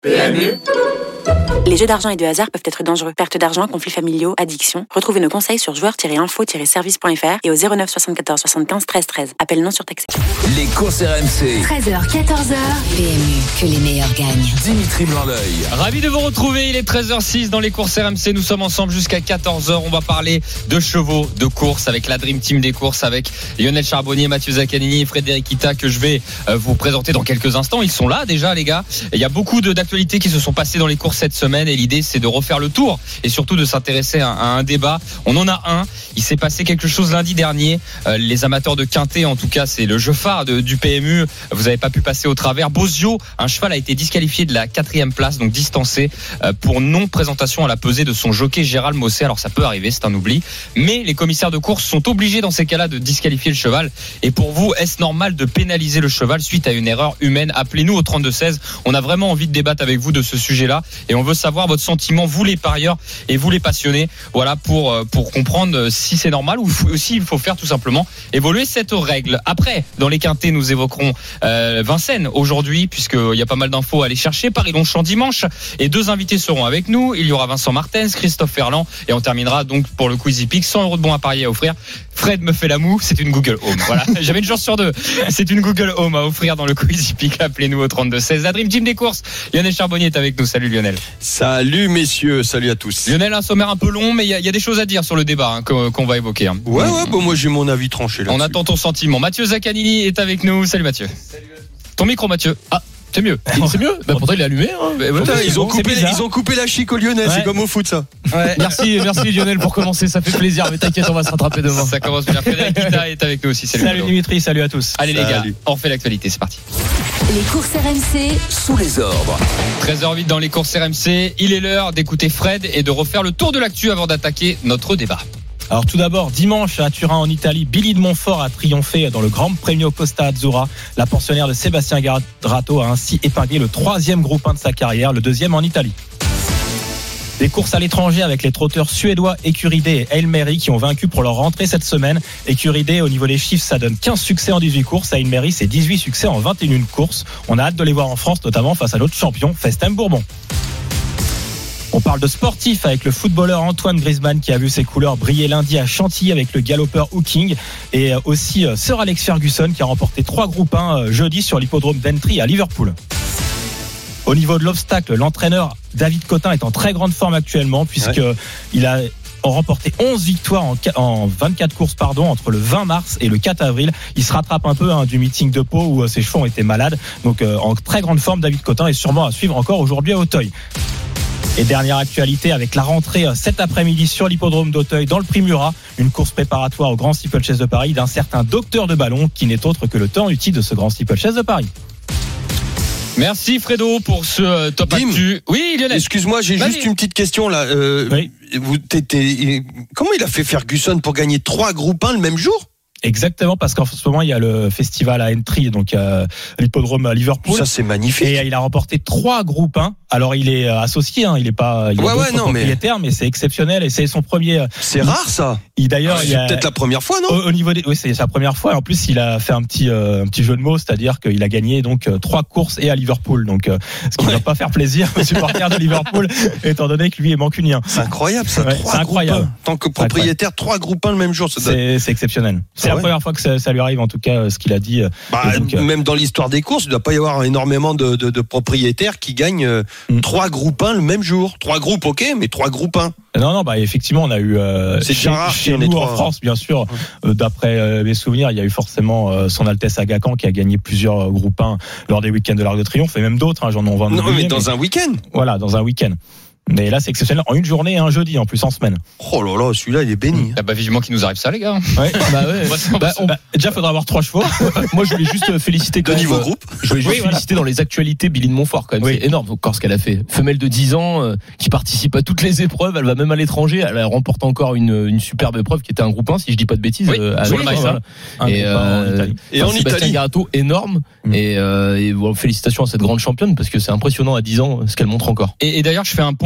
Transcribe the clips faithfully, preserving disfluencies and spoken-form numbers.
P M U. Les jeux d'argent et de hasard peuvent être dangereux. Perte d'argent, conflits familiaux, addiction. Retrouvez nos conseils sur joueurs tiret info tiret service point f r et au zéro neuf soixante-quatorze soixante-quinze treize treize. Appel non surtaxé. Les courses R M C. treize heures, quatorze heures. P M U, que les meilleurs gagnent. Dimitri Blanc-L'œil. Ravi de vous retrouver. Il est treize heures six dans les courses R M C. Nous sommes ensemble jusqu'à quatorze heures. On va parler de chevaux, de courses avec la Dream Team des courses, avec Lionel Charbonnier, Mathieu Zaccanini et Frédéric Kita que je vais vous présenter dans quelques instants. Ils sont là déjà, les gars. Il y a beaucoup de, d'actualités qui se sont passées dans les courses cette semaine et l'idée c'est de refaire le tour et surtout de s'intéresser à, à un débat. On en a un. Il s'est passé quelque chose lundi dernier. Euh, les amateurs de quintet, en tout cas, c'est le jeu phare de, du P M U. Vous n'avez pas pu passer au travers. Bozio, un cheval a été disqualifié de la quatrième place, donc distancé euh, pour non présentation à la pesée de son jockey Gérald Mossé. Alors ça peut arriver, c'est un oubli. Mais les commissaires de course sont obligés dans ces cas-là de disqualifier le cheval. Et pour vous, est-ce normal de pénaliser le cheval suite à une erreur humaine? Appelez-nous au trente-deux seize. On a vraiment envie de débattre avec vous de ce sujet-là et on veut savoir votre sentiment, vous les parieurs et vous les passionnés, voilà, pour pour comprendre si c'est normal ou si il faut faire tout simplement évoluer cette règle. Après, dans les quintés, nous évoquerons euh, Vincennes aujourd'hui, puisqu'il y a pas mal d'infos à aller chercher. Paris-Longchamp dimanche, et deux invités seront avec nous. Il y aura Vincent Martens, Christophe Ferland, et on terminera donc pour le Quizy Peak, cent euros de bons à parier à offrir. Fred me fait la moue, c'est une Google Home. Voilà, j'avais une chance sur deux. C'est une Google Home à offrir dans le Quizy Peak. Appelez-nous au trente-deux seize. La Dream Team des courses. Lionel Charbonnier est avec nous. Salut Lionel. Salut messieurs, salut à tous. Lionel, un sommaire un peu long, mais il y, y a des choses à dire sur le débat hein, qu'on, qu'on va évoquer. Hein. Ouais, ouais, bon, moi j'ai mon avis tranché là. On attend ton sentiment. Mathieu Zaccanini est avec nous. Salut Mathieu. Salut. Ton micro, Mathieu. Ah. C'est mieux. C'est mieux. Bah, pourtant il est allumé. Hein. Bah, Putain, ils ont coupé, ils ont coupé la chic au Lyonnais. Ouais. C'est comme au foot ça. Ouais. Merci, merci Lionel pour commencer. Ça fait plaisir. Mais t'inquiète, on va se rattraper demain. Ça commence bien. Frédéric Kita est avec nous aussi. Salut, salut Dimitri, salut à tous. Allez salut. Les gars, on refait l'actualité. C'est parti. Les courses R M C sous les ordres. treize heures huit dans les courses R M C. Il est l'heure d'écouter Fred et de refaire le tour de l'actu avant d'attaquer notre débat. Alors tout d'abord, dimanche à Turin en Italie, Billy de Montfort a triomphé dans le Grand Premio Costa Azzurra. La pensionnaire de Sébastien Garato a ainsi épinglé le troisième groupe un de sa carrière, le deuxième en Italie. Des courses à l'étranger avec les trotteurs suédois Écuridé et Hail Mary qui ont vaincu pour leur rentrée cette semaine. Écuridé, au niveau des chiffres, ça donne quinze succès en dix-huit courses. Hail Mary, c'est dix-huit succès en vingt et une courses. On a hâte de les voir en France, notamment face à notre champion, Festem Bourbon. On parle de sportif avec le footballeur Antoine Griezmann qui a vu ses couleurs briller lundi à Chantilly avec le galopeur Hooking et aussi Sir Alex Ferguson qui a remporté trois groupes un jeudi sur l'hippodrome d'Entry à Liverpool. Au niveau de l'obstacle, l'entraîneur David Cotin est en très grande forme actuellement puisqu'il ouais. a remporté onze victoires en vingt-quatre courses pardon, entre le vingt mars et le quatre avril. Il se rattrape un peu hein, du meeting de Pau où ses chevaux ont été malades. Donc euh, en très grande forme, David Cotin est sûrement à suivre encore aujourd'hui à Auteuil. Et dernière actualité avec la rentrée cet après-midi sur l'hippodrome d'Auteuil dans le Prix Murat, une course préparatoire au Grand Steeplechase de Paris d'un certain docteur de ballon qui n'est autre que le temps utile de ce Grand Steeplechase de Paris. Merci Fredo pour ce top Dim, actu. Oui Lionel. Excuse-moi, j'ai Vas-y. juste une petite question là. Euh, oui. vous, t'es, t'es, comment il a fait Ferguson pour gagner trois groupes un le même jour ? Exactement, parce qu'en ce moment il y a le festival à Entry, donc euh, l'hippodrome à Liverpool. Ça c'est magnifique. Et il a remporté trois groupes un. Alors il est associé, hein, il est pas, il est ouais, ouais, non, propriétaire, mais... mais c'est exceptionnel et c'est son premier. C'est rare ça. Il d'ailleurs, ah, c'est il a... peut-être la première fois, non ? Au, au niveau des, oui, c'est sa première fois. Et en plus, il a fait un petit, euh, un petit jeu de mots, c'est-à-dire qu'il a gagné donc euh, trois courses et à Liverpool. Donc, euh, ce qui ne ouais. va pas faire plaisir aux supporters de Liverpool, étant donné que lui est mancunien. C'est incroyable, ça. Ouais, trois c'est incroyable. En tant que propriétaire, trois groupes un le même jour. Ça doit... c'est, c'est exceptionnel. C'est ah, la ouais. première fois que ça, ça lui arrive, en tout cas, ce qu'il a dit. Bah, donc, euh... même dans l'histoire des courses, il ne doit pas y avoir énormément de, de, de propriétaires qui gagnent euh, mm. trois groupes un le même jour. Trois groupes, ok, mais trois groupes un. Non, non, bah effectivement, on a eu. Euh, c'est chez, rare chez nous en France, bien sûr. Euh, d'après euh, mes souvenirs, il y a eu forcément euh, Son Altesse Aga Khan qui a gagné plusieurs euh, groupes un lors des week-ends de l'Arc de Triomphe et même d'autres. Hein, j'en ai en Non, oublier, mais dans mais, un week-end. Voilà, dans un week-end. Mais là, c'est exceptionnel. En une journée et un jeudi, en plus, en semaine. Oh là là, celui-là, il est béni. Ah bah, vivement qu'il nous arrive ça, les gars. Ouais. bah ouais. bah, on, bah, déjà, faudra avoir trois chevaux. Moi, je voulais juste féliciter de niveau groupe. Je voulais juste oui, féliciter voilà. dans les actualités Billy de Montfort, quand même. Oui. C'est énorme, encore ce qu'elle a fait. Femelle de dix ans, euh, qui participe à toutes les épreuves. Elle va même à l'étranger. Elle remporte encore une, une superbe épreuve qui était un groupe un, si je dis pas de bêtises. Oui, euh, sur le maïs. Et, euh, en Italie. Et en Sébastien Italie. Garato, énorme. Mm. Et, euh, et bon, félicitations à cette grande championne, parce que c'est impressionnant à dix ans, ce qu'elle montre encore. Et, et d'ailleurs, je fais un pont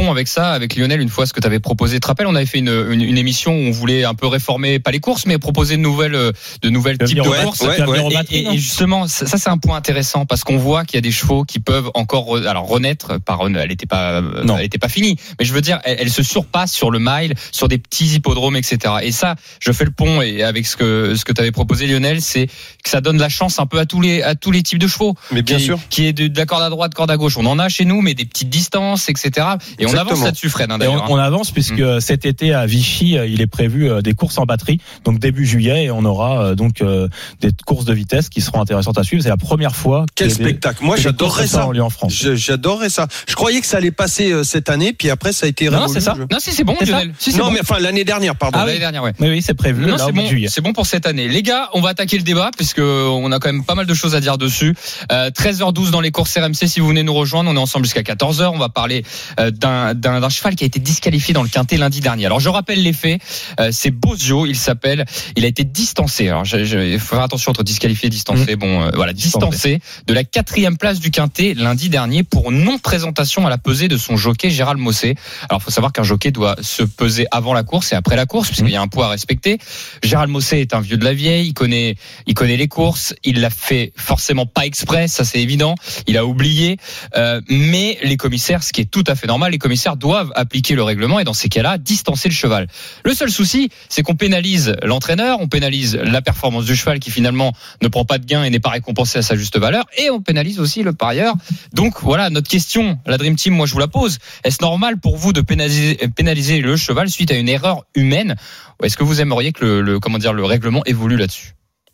pont avec ça, avec Lionel, une fois ce que tu avais proposé. Tu te rappelles, on avait fait une, une, une émission où on voulait un peu réformer, pas les courses, mais proposer de nouvelles, de nouvelles types de ouais, courses. ouais, ouais. Et, et, et justement, ça, ça c'est un point intéressant parce qu'on voit qu'il y a des chevaux qui peuvent encore, alors renaître, pas renaître, elle n'était pas, non. elle était pas finie, mais je veux dire, elle, elle se surpasse sur le mile, sur des petits hippodromes, et cetera. Et ça, je fais le pont et avec ce que ce que tu avais proposé, Lionel, c'est que ça donne la chance un peu à tous les à tous les types de chevaux. Mais bien qui, sûr, qui est de, de la corde à droite, corde à gauche. On en a chez nous, mais des petites distances, et cetera. Et Exactement. on avance là-dessus, Fred. Hein, et on, on avance puisque mmh. cet été à Vichy, il est prévu des courses en batterie, donc début juillet, et on aura donc des courses de vitesse qui seront intéressantes à suivre. C'est la première fois. Quel que spectacle! des, Moi, que j'adorerais ça. En France. Je, j'adorerais ça. Je croyais que ça allait passer euh, cette année, puis après ça a été non, révolu. c'est ça. Je... Non, si c'est bon, c'est Lionel. Si, c'est non, bon. mais enfin l'année dernière, pardon. Ah, l'année dernière, ouais. Oui, oui, c'est prévu. Non, là, c'est bon. juillet. C'est bon pour cette année. Les gars, on va attaquer le débat puisque on a quand même pas mal de choses à dire dessus. Euh, treize heures douze dans les courses R M C. Si vous venez nous rejoindre, on est ensemble jusqu'à quatorze heures. On va parler euh, d'un, d'un, d'un cheval qui a été disqualifié dans le quintet lundi dernier. Alors je rappelle les faits. Euh, c'est Bozio. Il s'appelle. Il a été distancé. Alors je, je, il faut faire attention entre disqualifié et distancé. Mmh. Bon, euh, voilà, distancé de la quatrième place du quintet lundi dernier pour non présentation à la pesée de son jockey Gérald Mossé. Alors il faut savoir qu'un jockey doit se peser avant la course et après la course puisqu'il y a un poids à respecter. Gérald Mossé est un vieux de la vieille. Il connaît, il connaît les courses. Il l'a fait forcément pas exprès, ça c'est évident. Il a oublié, euh, mais les commissaires, ce qui est tout à fait normal, les commissaires doivent appliquer le règlement et dans ces cas-là, distancer le cheval. Le seul souci, c'est qu'on pénalise l'entraîneur, on pénalise la performance du cheval qui finalement ne prend pas de gain et n'est pas récompensé à sa juste valeur, et on pénalise aussi le parieur. Donc voilà, notre question, la Dream Team, moi je vous la pose. Est-ce normal pour vous de pénaliser, pénaliser le cheval suite à une erreur humaine, ou est-ce que vous aimeriez que le, le comment dire, le règlement évolue là-dessus?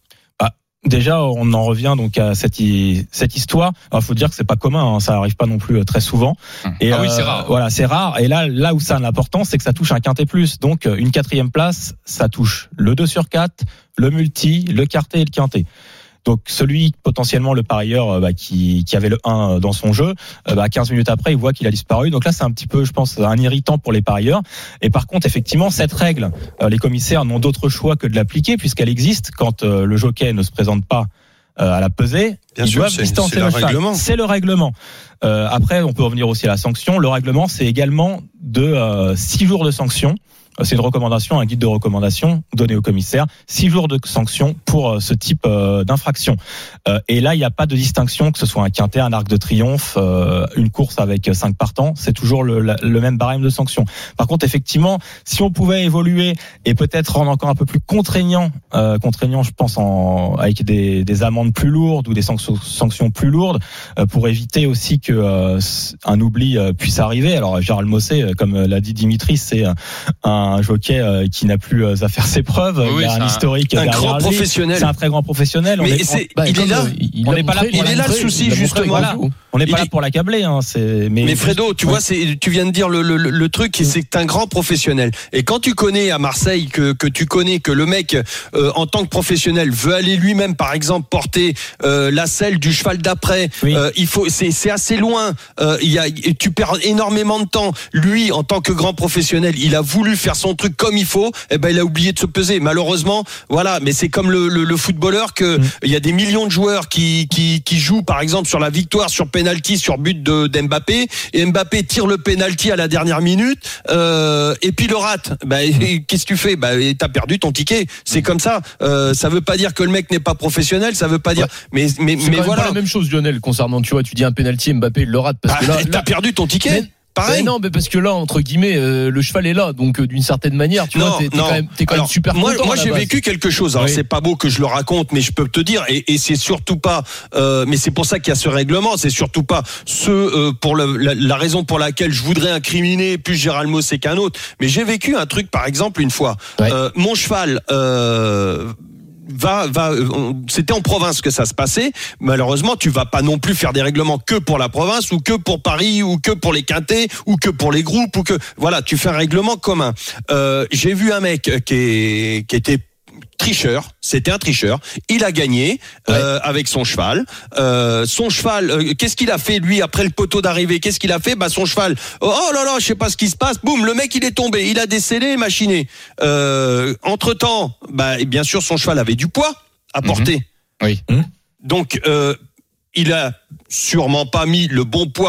Déjà, on en revient donc à cette, cette histoire. Il faut dire que c'est pas commun, hein, ça arrive pas non plus très souvent. Et ah oui, c'est rare. Euh, voilà, c'est rare. Et là, là où ça a l'importance, c'est que ça touche un quintet plus. Donc, une quatrième place, ça touche le deux sur quatre, le multi, le quartet et le quintet. Donc celui potentiellement le parieur bah, qui, qui avait le un dans son jeu, bah, quinze minutes après il voit qu'il a disparu. Donc là c'est un petit peu, je pense, un irritant pour les parieurs. Et par contre effectivement cette règle, les commissaires n'ont d'autre choix que de l'appliquer puisqu'elle existe quand le jockey ne se présente pas à la pesée. Bien ils sûr, doivent c'est, distancer c'est le le cheval. règlement. C'est le règlement. Euh, après on peut revenir aussi à la sanction. Le règlement c'est également de euh, six jours de sanction. C'est une recommandation, un guide de recommandation donné au commissaire. Six jours de sanction pour ce type euh, d'infraction. Euh, et là, il n'y a pas de distinction, que ce soit un quintet, un arc de triomphe, euh, une course avec cinq partants. C'est toujours le, le même barème de sanction. Par contre, effectivement, si on pouvait évoluer et peut-être rendre encore un peu plus contraignant, euh, contraignant, je pense, en, avec des, des amendes plus lourdes ou des sanctions, sanctions plus lourdes, euh, pour éviter aussi que euh, un oubli euh, puisse arriver. Alors, Gérald Mossé, comme l'a dit Dimitri, c'est un un jockey euh, qui n'a plus euh, à faire ses preuves. Oui, il a un, un historique un grand lui. professionnel. C'est un très grand professionnel. Mais on est, c'est, on, bah, il est là. Il on n'est pas là. Il est là le souci justement. Voilà. On n'est pas il là est... pour l'accabler. Hein, c'est, mais, mais Fredo, tu ouais. vois, c'est, tu viens de dire le, le, le truc, c'est que t'es un grand professionnel. Et quand tu connais à Marseille que que tu connais que le mec euh, en tant que professionnel veut aller lui-même, par exemple, porter euh, la selle du cheval d'après. Oui. Euh, il faut, c'est, c'est assez loin. Euh, il y a, tu perds énormément de temps. Lui, en tant que grand professionnel, il a voulu faire son truc comme il faut. Eh ben, il a oublié de se peser. Malheureusement, voilà. Mais c'est comme le, le, le footballeur que mmh. il y a des millions de joueurs qui qui qui jouent, par exemple, sur la victoire, sur penalty, sur but de d'Mbappé, et Mbappé tire le penalty à la dernière minute, euh, et puis le rate. Bah, qu'est-ce que tu fais? Bah, t'as perdu ton ticket. C'est comme ça. Euh, ça veut pas dire que le mec n'est pas professionnel. Ça veut pas dire. Ouais. Mais mais c'est mais quand voilà. Pas la même chose, Lionel, concernant, tu vois, tu dis un penalty, Mbappé il le rate parce ah, que là, t'as là, perdu ton ticket. Mais... Pareil. Ben non, mais parce que là, entre guillemets, euh, le cheval est là, donc euh, d'une certaine manière, tu non, vois, t'es, t'es non. quand même, t'es quand Alors, même super moi, content. Moi, j'ai base. vécu quelque chose. Alors, oui. C'est pas beau que je le raconte, mais je peux te dire, et, et c'est surtout pas, euh, mais c'est pour ça qu'il y a ce règlement. C'est surtout pas ce euh, pour le, la, la raison pour laquelle je voudrais incriminer plus Gérald Mossé qu'un autre. Mais j'ai vécu un truc, par exemple, une fois. Ouais. Euh, mon cheval. Euh, Va, va, c'était en province que ça se passait. Malheureusement, tu vas pas non plus faire des règlements que pour la province ou que pour Paris ou que pour les quintés ou que pour les groupes ou que voilà, tu fais un règlement commun. Euh, j'ai vu un mec qui, est, qui était tricheur, c'était un tricheur. Il a gagné ouais. euh, avec son cheval. Euh, son cheval, euh, qu'est-ce qu'il a fait lui après le poteau d'arrivée? Qu'est-ce qu'il a fait? Bah son cheval. Oh, oh là là, je sais pas ce qui se passe. Boum, le mec il est tombé. Il a décellé, machiné. Euh, entre temps, bah bien sûr son cheval avait du poids à porter. Mmh. Oui. Donc euh, il a sûrement pas mis le bon poids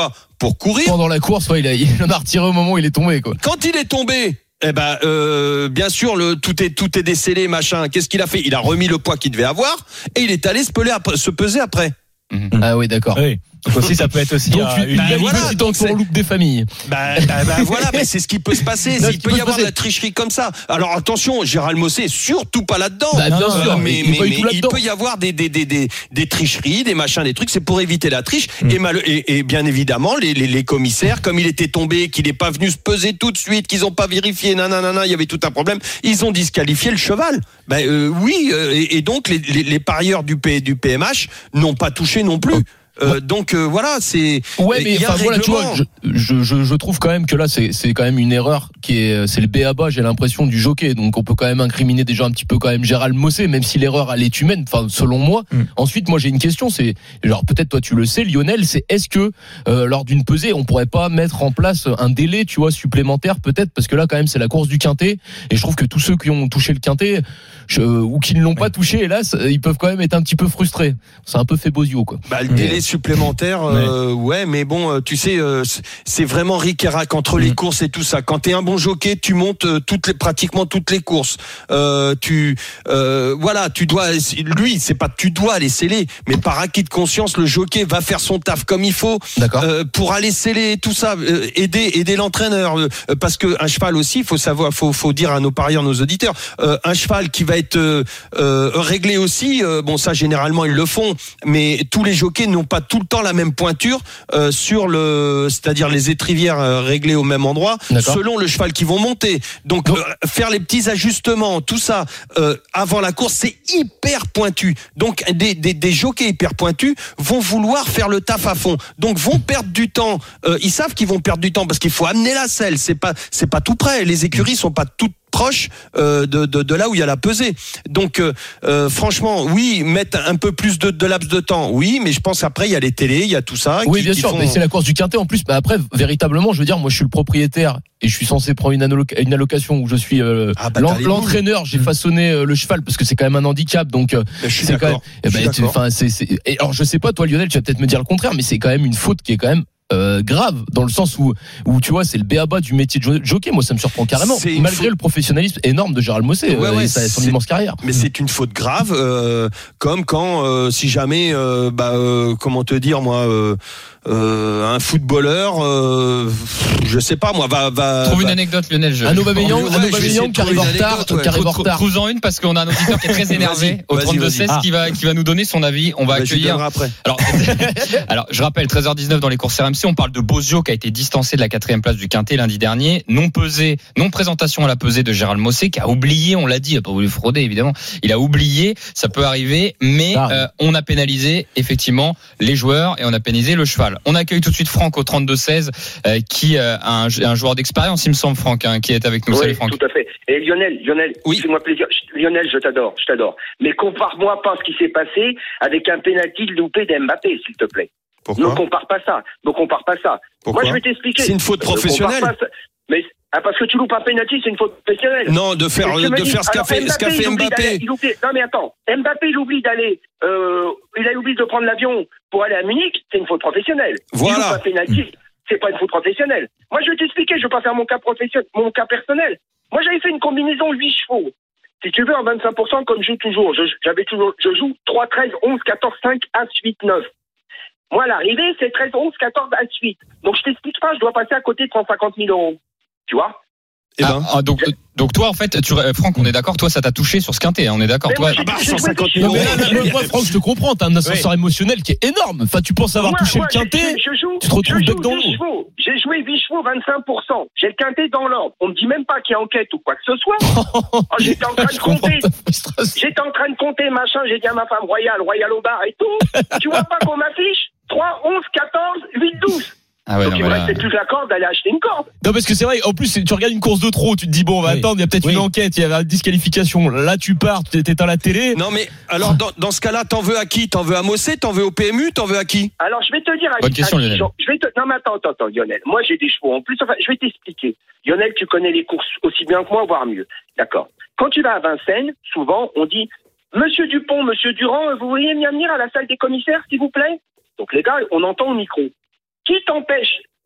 pour courir. Pendant la course, ouais, il, a, il en a retiré au moment où il est tombé, quoi. Quand il est tombé, eh ben, euh, bien sûr, le, tout est tout est décellé, machin. Qu'est-ce qu'il a fait? Il a remis le poids qu'il devait avoir et il est allé se, peler après, se peser après. Mmh. Ah oui, d'accord. Oui. Donc aussi, ça peut être aussi donc, euh, une, une une voilà, petite donc entourloupe des familles. Bah, bah, bah voilà, mais c'est ce qui peut se passer. Non, Il peut y avoir passer. de la tricherie comme ça. Alors attention, Gérald Mossé, surtout pas là-dedans. Bah, bien Euh, sûr, mais, il est mais, pas du mais tout il là-dedans. peut y avoir des des des des, des tricheries, des machins, des trucs. C'est pour éviter la triche. Mm. Et, mal, et, et bien évidemment, les, les les commissaires, comme il était tombé, qu'il n'est pas venu se peser tout de suite, qu'ils ont pas vérifié, nanana, il y avait tout un problème. Ils ont disqualifié le cheval. Ben euh, oui, euh, et, et donc les, les les parieurs du P, du P M H n'ont pas touché non plus. Euh, donc euh, voilà, c'est Ouais, mais il y a enfin un voilà, tu vois, règlement. je, je, je trouve quand même que là, c'est, c'est quand même une erreur qui est, c'est le b a bas, j'ai l'impression, du jockey. Donc on peut quand même incriminer déjà un petit peu quand même Gérald Mossé, même si l'erreur elle est humaine, enfin selon moi. Mm. Ensuite, moi j'ai une question, c'est genre peut-être toi tu le sais, Lionel, c'est est-ce que euh, lors d'une pesée, on pourrait pas mettre en place un délai, tu vois, supplémentaire peut-être, parce que là quand même c'est la course du quintet, et je trouve que tous ceux qui ont touché le quintet je, ou qui ne l'ont pas touché, hélas, ils peuvent quand même être un petit peu frustrés. C'est un peu fait beau yeux, quoi. Bah, le délai supplémentaire, euh, ouais, mais bon, euh, tu sais, euh, c'est vraiment ric et rac entre les courses et tout ça. Quand t'es un bon jockey, tu montes euh, toutes les, pratiquement toutes les courses. Euh, tu, euh, voilà, tu dois, lui, c'est pas tu dois aller sceller, mais par acquis de conscience, le jockey va faire son taf comme il faut euh, pour aller sceller tout ça, euh, aider, aider l'entraîneur, euh, parce que un cheval aussi, il faut savoir, faut, faut dire à nos parieurs, nos auditeurs, euh, un cheval qui va être euh, euh, réglé aussi. Euh, bon, ça généralement ils le font, mais tous les jockeys n'ont pas tout le temps la même pointure euh, sur le, c'est-à-dire les étrivières euh, réglées au même endroit, D'accord. selon le cheval qu'ils vont monter. Donc euh, faire les petits ajustements, tout ça euh, avant la course, c'est hyper pointu. Donc des, des, des jockeys hyper pointus vont vouloir faire le taf à fond. Donc vont perdre du temps. Euh, ils savent qu'ils vont perdre du temps parce qu'il faut amener la selle. C'est pas c'est pas tout près. Les écuries sont pas toutes proche euh, de, de, de là où il y a la pesée. Donc euh, euh, franchement, oui, mettre un peu plus de, de laps de temps, oui, mais je pense après il y a les télés, il y a tout ça. Oui, qui, bien qui sûr, font... mais c'est la course du quintet en plus. Mais après, véritablement, je veux dire, moi, je suis le propriétaire et je suis censé prendre une, alloc- une allocation où je suis euh, Ah bah, l'en- t'as les l'entraîneur. J'ai façonné euh, le cheval parce que c'est quand même un handicap, donc euh, Je suis c'est quand même. d'accord. eh Je suis ben, tu- d'accord. enfin, c'est, c'est. Et alors, je sais pas, toi, Lionel, tu vas peut-être me dire le contraire, mais c'est quand même une faute qui est quand même. Euh, grave dans le sens où où tu vois c'est le b a bas du métier de jo- jockey. Moi ça me surprend carrément C'est une malgré faute- le professionnalisme énorme de Gérald Mossé Ouais, euh, ouais, et sa- son c'est- immense carrière. Mais c'est une faute grave, euh, comme quand, euh, si jamais, euh, bah, euh, comment te dire, moi, euh, euh, un footballeur, euh, je sais pas, moi, va, va. Trouve une va- anecdote, Lionel. Je... Un Aubameyang, Ouais, un je vais essayer Aubameyang de qui arrive trouver en une retard, anecdote, ouais. qui arrive en retard. Trouve-en une parce qu'on a un auditeur qui est très énervé Vas-y, au vas-y, trente-deux vas-y. seize Ah. qui va qui va nous donner son avis. On va Bah, je lui accueillir. donnerai après. Alors, alors, je rappelle, treize heures dix-neuf dans les courses R M C, on parle de Bozio qui a été distancé de la quatrième place du Quintet lundi dernier, non pesé, non présentation à la pesée de Gérald Mossé qui a oublié, on l'a dit, il a pas voulu frauder évidemment, il a oublié, ça peut arriver, mais Ça arrive. euh, on a pénalisé effectivement les joueurs et on a pénalisé le cheval. On accueille tout de suite Franck au trente-deux seize euh, qui euh, a un, un joueur d'expérience, il me semble, Franck, hein, qui est avec nous. Oui, Salut Franck. tout à fait. Et Lionel, Lionel, Oui. fais-moi plaisir. Je- Lionel, je t'adore, je t'adore. Mais compare-moi pas ce qui s'est passé avec un pénalty loupé d'Mbappé, s'il te plaît. Pourquoi? Ne compare pas ça. Ne compare pas ça. Pourquoi? Moi, je vais t'expliquer. C'est une faute Ne compare professionnelle. pas ça. Mais ah, parce que tu loupes un pénalty, c'est une faute professionnelle. Non, de faire, Et tu me de dis- faire ce qu'a alors, fait, ce qu'a fait il oublie d'aller- Mbappé. il oublie- non mais attends, Mbappé il oublie d'aller, euh, il a oublié de prendre l'avion pour aller à Munich, c'est une faute professionnelle. Voilà. Il loupe un pénalty, c'est pas une faute professionnelle. Moi je vais t'expliquer, je vais pas faire mon cas professionnel, mon cas personnel. Moi j'avais fait une combinaison huit chevaux. Si tu veux en vingt-cinq pour cent comme je joue toujours, je, j'avais toujours, je joue trois, treize, onze, quatorze, cinq, As, huit, neuf. Moi l'arrivée c'est treize, onze, quatorze, As, huit. Donc je t'explique pas, je dois passer à côté de cent cinquante mille euros. Tu vois? Eh ben. Ah, ah, donc, donc toi en fait, tu, euh, Franck, on est d'accord, toi ça t'a touché sur ce Quintet, hein, on est d'accord. Mais Toi, moi, j'ai- bah, j'ai cent joué cinquante des mille Non, mais euros. là, là, moi, Franck, je te comprends, t'as un ascenseur émotionnel qui est énorme. Enfin, tu penses avoir Moi, touché moi, le quintet, je, je joue, tu te retrouves je bec joue dans huit l'eau. chevaux. J'ai joué huit chevaux, vingt-cinq pour cent. J'ai le quintet dans l'ordre. On me dit même pas qu'il y a enquête ou quoi que ce soit. Oh, j'étais en train de Je comprends compter. ta frustration. J'étais en train de compter, machin. J'ai dit à ma femme royale, royale au bar et tout. Tu vois pas qu'on m'affiche trois, onze, quatorze, huit, douze. ah ouais, Donc non, il mais me là- restait plus la corde d'aller acheter une corde. Non, parce que c'est vrai, en plus, tu regardes une course de trop, tu te dis, bon, on va Oui. attendre, il y a peut-être Oui. une enquête, il y a une disqualification. Là, tu pars, tu t'éteins la télé. Non, mais alors, dans, dans ce cas-là, t'en veux à qui? T'en veux à Mossé? T'en veux au P M U? T'en veux à qui? Alors je vais te dire. à- Bonne question, à- Lionel. Je vais te... Non mais attends, attends, attends, Lionel. Moi j'ai des chevaux en plus. Enfin, je vais t'expliquer. Lionel, tu connais les courses aussi bien que moi, voire mieux. D'accord. Quand tu vas à Vincennes, souvent on dit Monsieur Dupont, Monsieur Durand, vous voulez bien venir à la salle des commissaires, s'il vous plaît? Donc les gars, on entend au micro. Qui t'empêche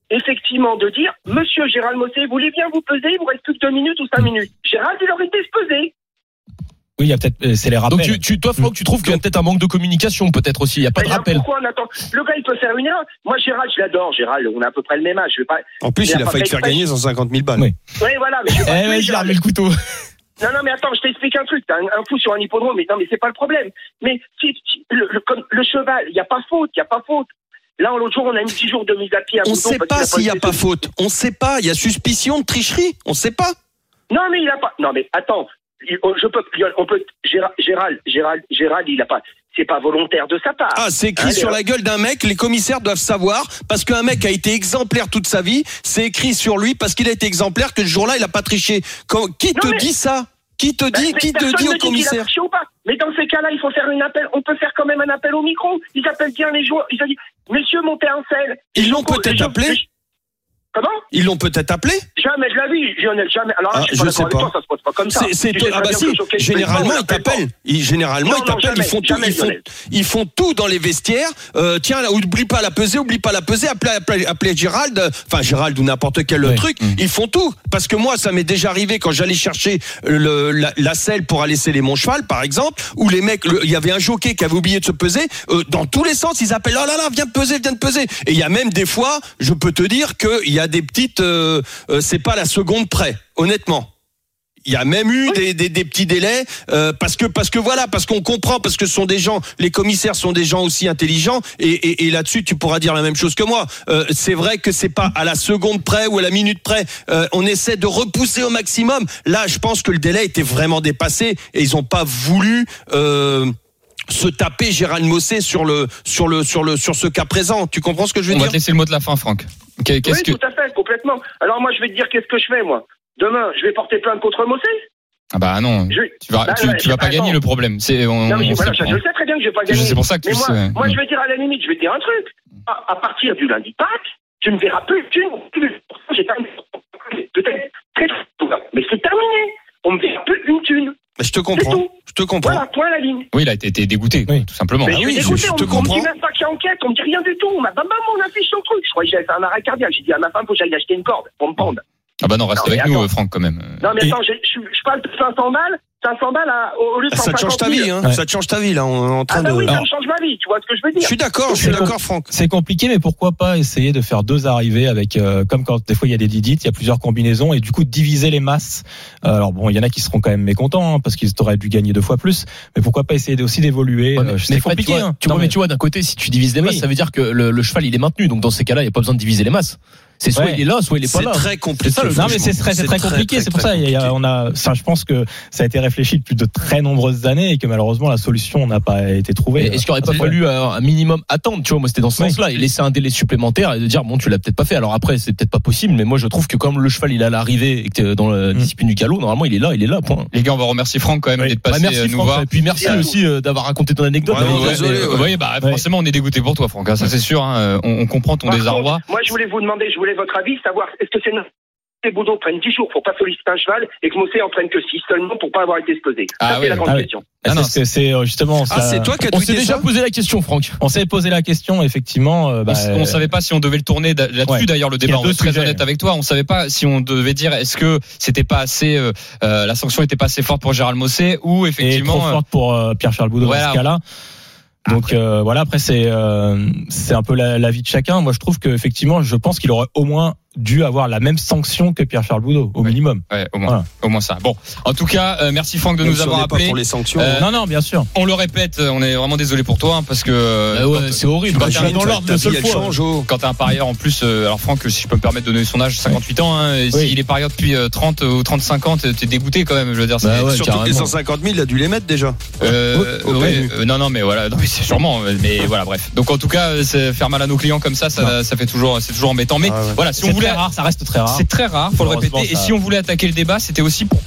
effectivement, de dire, monsieur Gérald Mossé, vous voulez bien vous peser, il vous reste plus que deux minutes ou cinq minutes. Gérald, il aurait été se peser. Oui, il y a peut-être, c'est les rappels. Donc tu, tu toi, Franck, tu trouves qu'il y a peut-être un manque de communication, peut-être aussi. Il n'y a pas de Mais rappel. Pourquoi on attend Le gars, il peut faire une erreur. Moi, Gérald, je l'adore. Gérald, on a à peu près le même âge. Je vais pas. En plus, il, il a, a failli te faire gagner cent cinquante mille balles. Oui, oui voilà. Mais je vais pas eh ouais, je l'ai le couteau. Non, non, mais attends, je t'explique un truc. T'as un, un fou sur un hippodrome, mais non, mais c'est pas le problème. Mais si, si le, le, comme, le cheval, il n'y a pas faute, il n'y a pas faute. Là, l'autre jour, on a mis dix jours de mise à pied à On ne Boudon sait parce pas qu'il a s'il n'y a été pas fait. faute. On ne sait pas. Il y a suspicion de tricherie. On ne sait pas. Non, mais il a pas. Non, mais attends. Je peux. On peut. Gérald, Gérald, Gérald, Gérald il a pas. C'est pas volontaire de sa part. Ah, c'est écrit Hein, sur les- la gueule d'un mec. Les commissaires doivent savoir parce qu'un mec a été exemplaire toute sa vie. C'est écrit sur lui parce qu'il a été exemplaire que ce jour-là, il a pas triché. Quand, qui Non, te mais- dit ça? Qui te Bah, dit? mais Qui te personne dit ne au qu'il a commissaire? triché ou pas. Mais dans ces cas-là, il faut faire une appel. On peut faire quand même un appel au micro. Ils appellent bien les joueurs. Ils ont dit, Monsieur Montéancel. Ils l'ont Je- peut-être je- appelé. je- Comment? Ils l'ont peut-être appelé? Jamais de la vie, Lionel, jamais. Alors là, Ah, je suis pas je d'accord sais avec pas. toi, ça se passe pas comme ça. C'est, c'est Tu toi- sais ah très bah bien si, que Choquet, généralement on ils l'appelle pas. t'appellent. Ils, généralement Non, ils non, t'appellent, jamais, ils font tout, jamais, ils font, Lionel. ils font tout dans les vestiaires. Euh, tiens, là, oublie pas la pesée, oublie pas la pesée, appelez, appelez, appelez Gérald, euh, enfin Gérald ou n'importe quel Oui. truc. Ils font tout parce que moi, ça m'est déjà arrivé quand j'allais chercher le, la, la selle pour aller sceller mon cheval, par exemple, où les mecs, le- il y avait un jockey qui avait oublié de se peser. Euh, dans tous les sens, ils appellent, oh là là, viens de peser, viens de peser. Et il y a même des fois, je peux te dire que il y a des petites, euh, euh, c'est pas la seconde près, honnêtement. Il y a même eu des, des, des petits délais euh, parce que parce que voilà parce qu'on comprend parce que ce sont des gens, les commissaires sont des gens aussi intelligents et, et, et là-dessus tu pourras dire la même chose que moi. Euh, c'est vrai que c'est pas à la seconde près ou à la minute près. Euh, on essaie de repousser au maximum. Là, je pense que le délai était vraiment dépassé et ils ont pas voulu. Euh, se taper Gérald Mossé sur le sur le sur le sur ce cas présent. Tu comprends ce que je veux On va dire? te laisser le mot de la fin, Franck. Qu'est- Qu'est-ce Oui, que tout à fait, complètement. Alors moi, je vais te dire qu'est-ce que je fais, moi. Demain, je vais porter plainte contre Mossé. ah bah non, Je... tu vas Bah, tu, ouais, tu vas pas attends. gagner le problème. C'est on, Non, mais on voilà, sait- je, je sais très bien que je vais pas gagner. C'est pour ça que tu mais moi, sais. moi, je vais dire à la limite, je vais te dire un truc. À, à partir du lundi Pâques, tu ne verras plus une thune. J'ai terminé. Peut-être très tôt, mais c'est terminé. On ne verra plus une thune. Mais je te C'est comprends. tout. Je te comprends. Voilà, point à la ligne. Oui, il a été, été dégoûté, Oui. tout simplement. Mais Ah je oui, suis je- dégoûté, je on, te on me comprends. dit même pas qu'il y a enquête, on me dit rien du tout. On m'a bam bam, on affiche sur le truc. Je croyais que j'allais faire un arrêt cardiaque. J'ai dit à ma femme, faut que j'aille acheter une corde pour me pendre. Ah bah non, reste Non, mais avec nous, attends. euh, Franck, quand même. Non, mais Et- attends, j'ai- je je parle de cinq cents balles, cinq cents balles à, au au lieu de Ah, ça te change ta cent cinquante mille. vie, hein. Ouais. Ça te change ta vie là. On est en train Ah bah de. oui, ça Alors- me change ma vie, tu vois ce que je veux dire. Je suis d'accord. Je suis C'est d'accord, com- Franck. C'est compliqué, mais pourquoi pas essayer de faire deux arrivées avec, euh, comme quand des fois il y a des didites, il y a plusieurs combinaisons et du coup diviser les masses. Euh, alors bon, il y en a qui seront quand même mécontents hein, parce qu'ils auraient dû gagner deux fois plus, mais pourquoi pas essayer aussi d'évoluer. Ouais, mais- euh, mais c'est Fred, compliqué. tu vois, hein. tu Non, vois, mais mais- tu vois, d'un côté, si tu divises les masses, Oui. ça veut dire que le, le cheval il est maintenu. Donc dans ces cas-là, il n'y a pas besoin de diviser les masses. C'est soit Ouais. il est là, soit il est pas C'est là. très compliqué. C'est ça, le- Non mais c'est très, c'est très compliqué, c'est pour ça il y a- on a ça, je pense que ça a été réfléchi depuis de très nombreuses années et que malheureusement la solution n'a pas été trouvée. Mais est-ce qu'il aurait pas C'est- fallu euh, un minimum attendre, tu vois, moi c'était dans ce Oui. sens-là, et laisser un délai supplémentaire et de dire bon tu l'as peut-être pas fait. Alors après c'est peut-être pas possible, mais moi je trouve que comme le cheval il est à l'arrivée et que t'es dans la Mm. discipline du galop, normalement il est là, il est là, point. Les gars, on va remercier Franck quand même Oui. d'être Bah, passé merci euh, nous Franck, voir. et puis merci Merci à aussi euh, d'avoir raconté ton anecdote. Vraiment, Mais- désolé, mais- ouais. Oui, bah Ouais. forcément, on est dégoûté pour toi, Franck. hein, Ça c'est sûr. hein, On, on comprend ton Par désarroi. contre, moi, je voulais vous demander, je voulais votre avis, savoir est-ce que c'est une que Boudon prenne dix jours pour pas solliciter un cheval et que Mossé en prenne que six seulement pour pas avoir été explosé. Ah Ça, oui, c'est la grande ah oui. question. Ah, non, c'est, c'est euh, justement. Ah, ça- c'est toi qui as On s'est tweeté déjà ça? posé la question, Franck. On s'est posé la question effectivement. euh, bah, on, on savait pas si on devait le tourner da- là-dessus. Ouais. D'ailleurs, le Il y a débat, on va deux être très sujets. honnête avec toi. On savait pas si on devait dire est-ce que c'était pas assez, euh, euh, la sanction était pas assez forte pour Gérald Mossé ou et effectivement. trop forte pour euh, Pierre-Charles Boudot Voilà. dans ce cas-là. Donc euh, voilà, après c'est euh, c'est un peu la, la vie de chacun. Moi je trouve que effectivement, je pense qu'il aurait au moins dû avoir la même sanction que Pierre-Charles Boudot au Ouais. minimum. Ouais, au moins, Voilà. au moins ça. Bon, en tout cas, euh, merci Franck de Même nous si on avoir n'est pas appelé. pour les sanctions. Euh, non non, bien sûr. On le répète, on est vraiment désolé pour toi hein, parce que euh, Ah ouais, quand- c'est horrible. quand Bah, t'es je vais un- dans l'ordre ta une vie, seule elle fois. change, oh. quand t'es un parieur en plus, euh, alors Franck, si je peux me permettre de donner son âge, cinquante-huit ans, hein, et Oui. s'il est parieur depuis euh, trente ou trente cinquante, t'es dégoûté quand même, je veux dire. c'est- Bah ouais, Surtout que les carrément. cent cinquante mille, il a dû les mettre déjà. Euh, Au- au ouais, PMU. euh, non, non, mais voilà, non, mais c'est sûrement, mais voilà, bref. Donc en tout cas, euh, c'est faire mal à nos clients comme ça, ça, ça fait toujours, c'est toujours embêtant. Mais Ah ouais. voilà, si C'est on voulait, très rare, ça reste très rare. c'est très rare, faut le Malheureusement, répéter. Et ça- si on voulait attaquer le débat, c'était aussi pour pouvoir, pour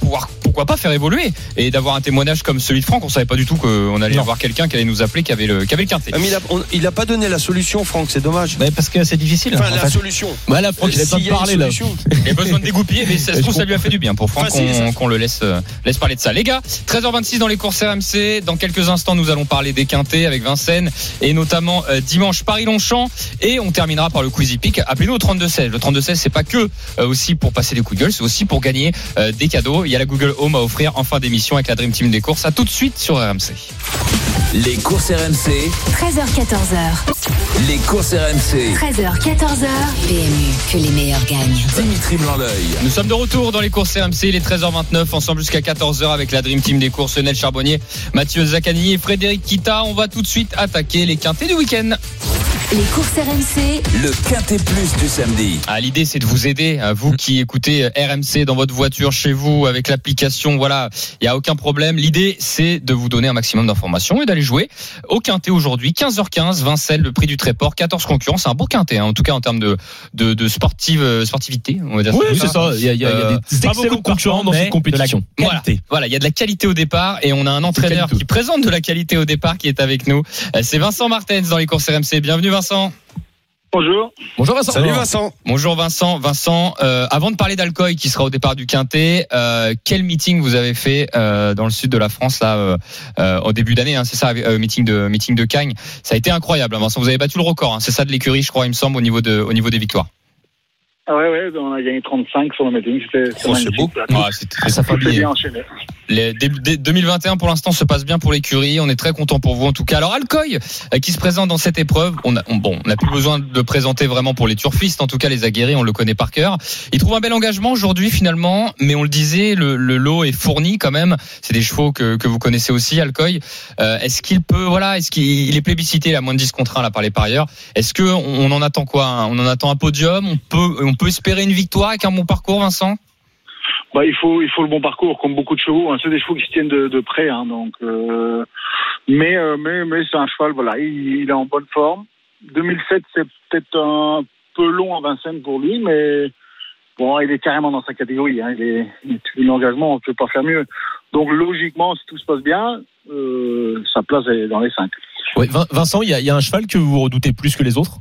pourquoi pas faire évoluer et d'avoir un témoignage comme celui de Franck. On savait pas du tout qu'on allait Non. avoir quelqu'un qui allait nous appeler qui avait le, qui avait le quintet. Ah, mais il a, on- il a pas donné la solution, Franck, c'est dommage. Ouais, parce que c'est difficile. Enfin, en la fait. solution. Bah là, Franck, il a besoin S'il de y a une parler là. solution. Il a besoin de dégoupiller, mais ça se trouve, ça lui a fait du bien pour Franck Enfin, c'est qu'on, ça. qu'on le laisse, euh, laisse parler de ça. Les gars, treize heures vingt-six dans les courses R M C. Dans quelques instants, nous allons parler des quintets avec Vincennes et notamment euh, dimanche Paris-Longchamp. Et on terminera par le Quizy Peak. Appelez-nous au trente-deux seize. Le trente-deux seize, c'est pas que euh, aussi pour passer des coups de gueule, c'est aussi pour gagner euh, des cadeaux. Il y a la Google Home à offrir en fin d'émission avec la Dream Team des courses. À tout de suite sur R M C. Les courses R M C, treize heures quatorze heures. les courses R M C. treize heures quatorze heures. P M U, que les meilleurs gagnent. Dimitri Blanc-L'œil. Nous sommes de retour dans les courses R M C, il est treize heures vingt-neuf, ensemble jusqu'à quatorze heures avec la Dream Team des courses, Lionel Charbonnier, Mathieu Zaccanini et Frédéric Kita. On va tout de suite attaquer les quintets du week-end. Les courses R M C, Le Quintet Plus du samedi. Ah, l'idée, c'est de vous aider, à vous qui écoutez R M C dans votre voiture, chez vous, avec l'application. Voilà, il n'y a aucun problème. L'idée, c'est de vous donner un maximum d'informations et d'aller jouer au quintet aujourd'hui. quinze heures quinze, Vincennes, le prix du Tréport, quatorze concurrents. C'est un beau quintet, hein, en tout cas en termes de, de, de sportive, euh, sportivité, on va dire. Oui, comme c'est ça. Il y a, il y a, il y a Euh, des pas excellents beaucoup de concurrents dans mais cette compétition. de la qualité. Voilà, il y a de la qualité au départ et on a un entraîneur qualité. qui présente de la qualité au départ qui est avec nous. Euh, C'est Vincent Martens dans les courses R M C. Bienvenue Vincent. Bonjour. Bonjour Vincent. Salut Vincent. Bonjour Vincent. Vincent, euh, avant de parler d'Alcoy qui sera au départ du quintet, euh, quel meeting vous avez fait euh, dans le sud de la France là euh, euh, au début d'année, hein, c'est ça, euh, meeting de meeting de Cagnes. Ça a été incroyable, hein, Vincent. Vous avez battu le record, hein, c'est ça de l'écurie, je crois, il me semble, au niveau de au niveau des victoires. Ah ouais, ouais, on a gagné trente-cinq sur le meeting. C'était Oh, c'est beau. Ah, c'est très Ça fait C'est bien enchaîné. Les, dé- dé- deux mille vingt et un pour l'instant se passe bien pour l'écurie. On est très content pour vous en tout cas. Alors Alcoy euh, qui se présente dans cette épreuve. On a, on, bon, on n'a plus besoin de le présenter vraiment pour les turfistes. En tout cas, les aguerris, on le connaît par cœur. Il trouve un bel engagement aujourd'hui finalement, mais on le disait, le, le lot est fourni quand même. C'est des chevaux que, que vous connaissez aussi, Alcoy. Euh, est-ce qu'il peut, voilà, est-ce qu'il il est plébiscité à moins de dix contre un là par les parieurs. Est-ce que on, on en attend quoi hein? On en attend un podium. On peut, on peut espérer une victoire avec un bon parcours, Vincent. Bah, il faut, il faut le bon parcours, comme beaucoup de chevaux. Hein. C'est des chevaux qui se tiennent de, de près, hein, donc. Euh, mais, euh, mais, mais c'est un cheval. Voilà, il, il est en bonne forme. deux mille sept, c'est peut-être un peu long à Vincennes pour lui, mais bon, il est carrément dans sa catégorie. Hein. Il est, il est l'engagement, on ne peut pas faire mieux. Donc logiquement, si tout se passe bien, euh, sa place est dans les cinq. Ouais, Vin- Vincent, il y, a, il y a un cheval que vous redoutez plus que les autres?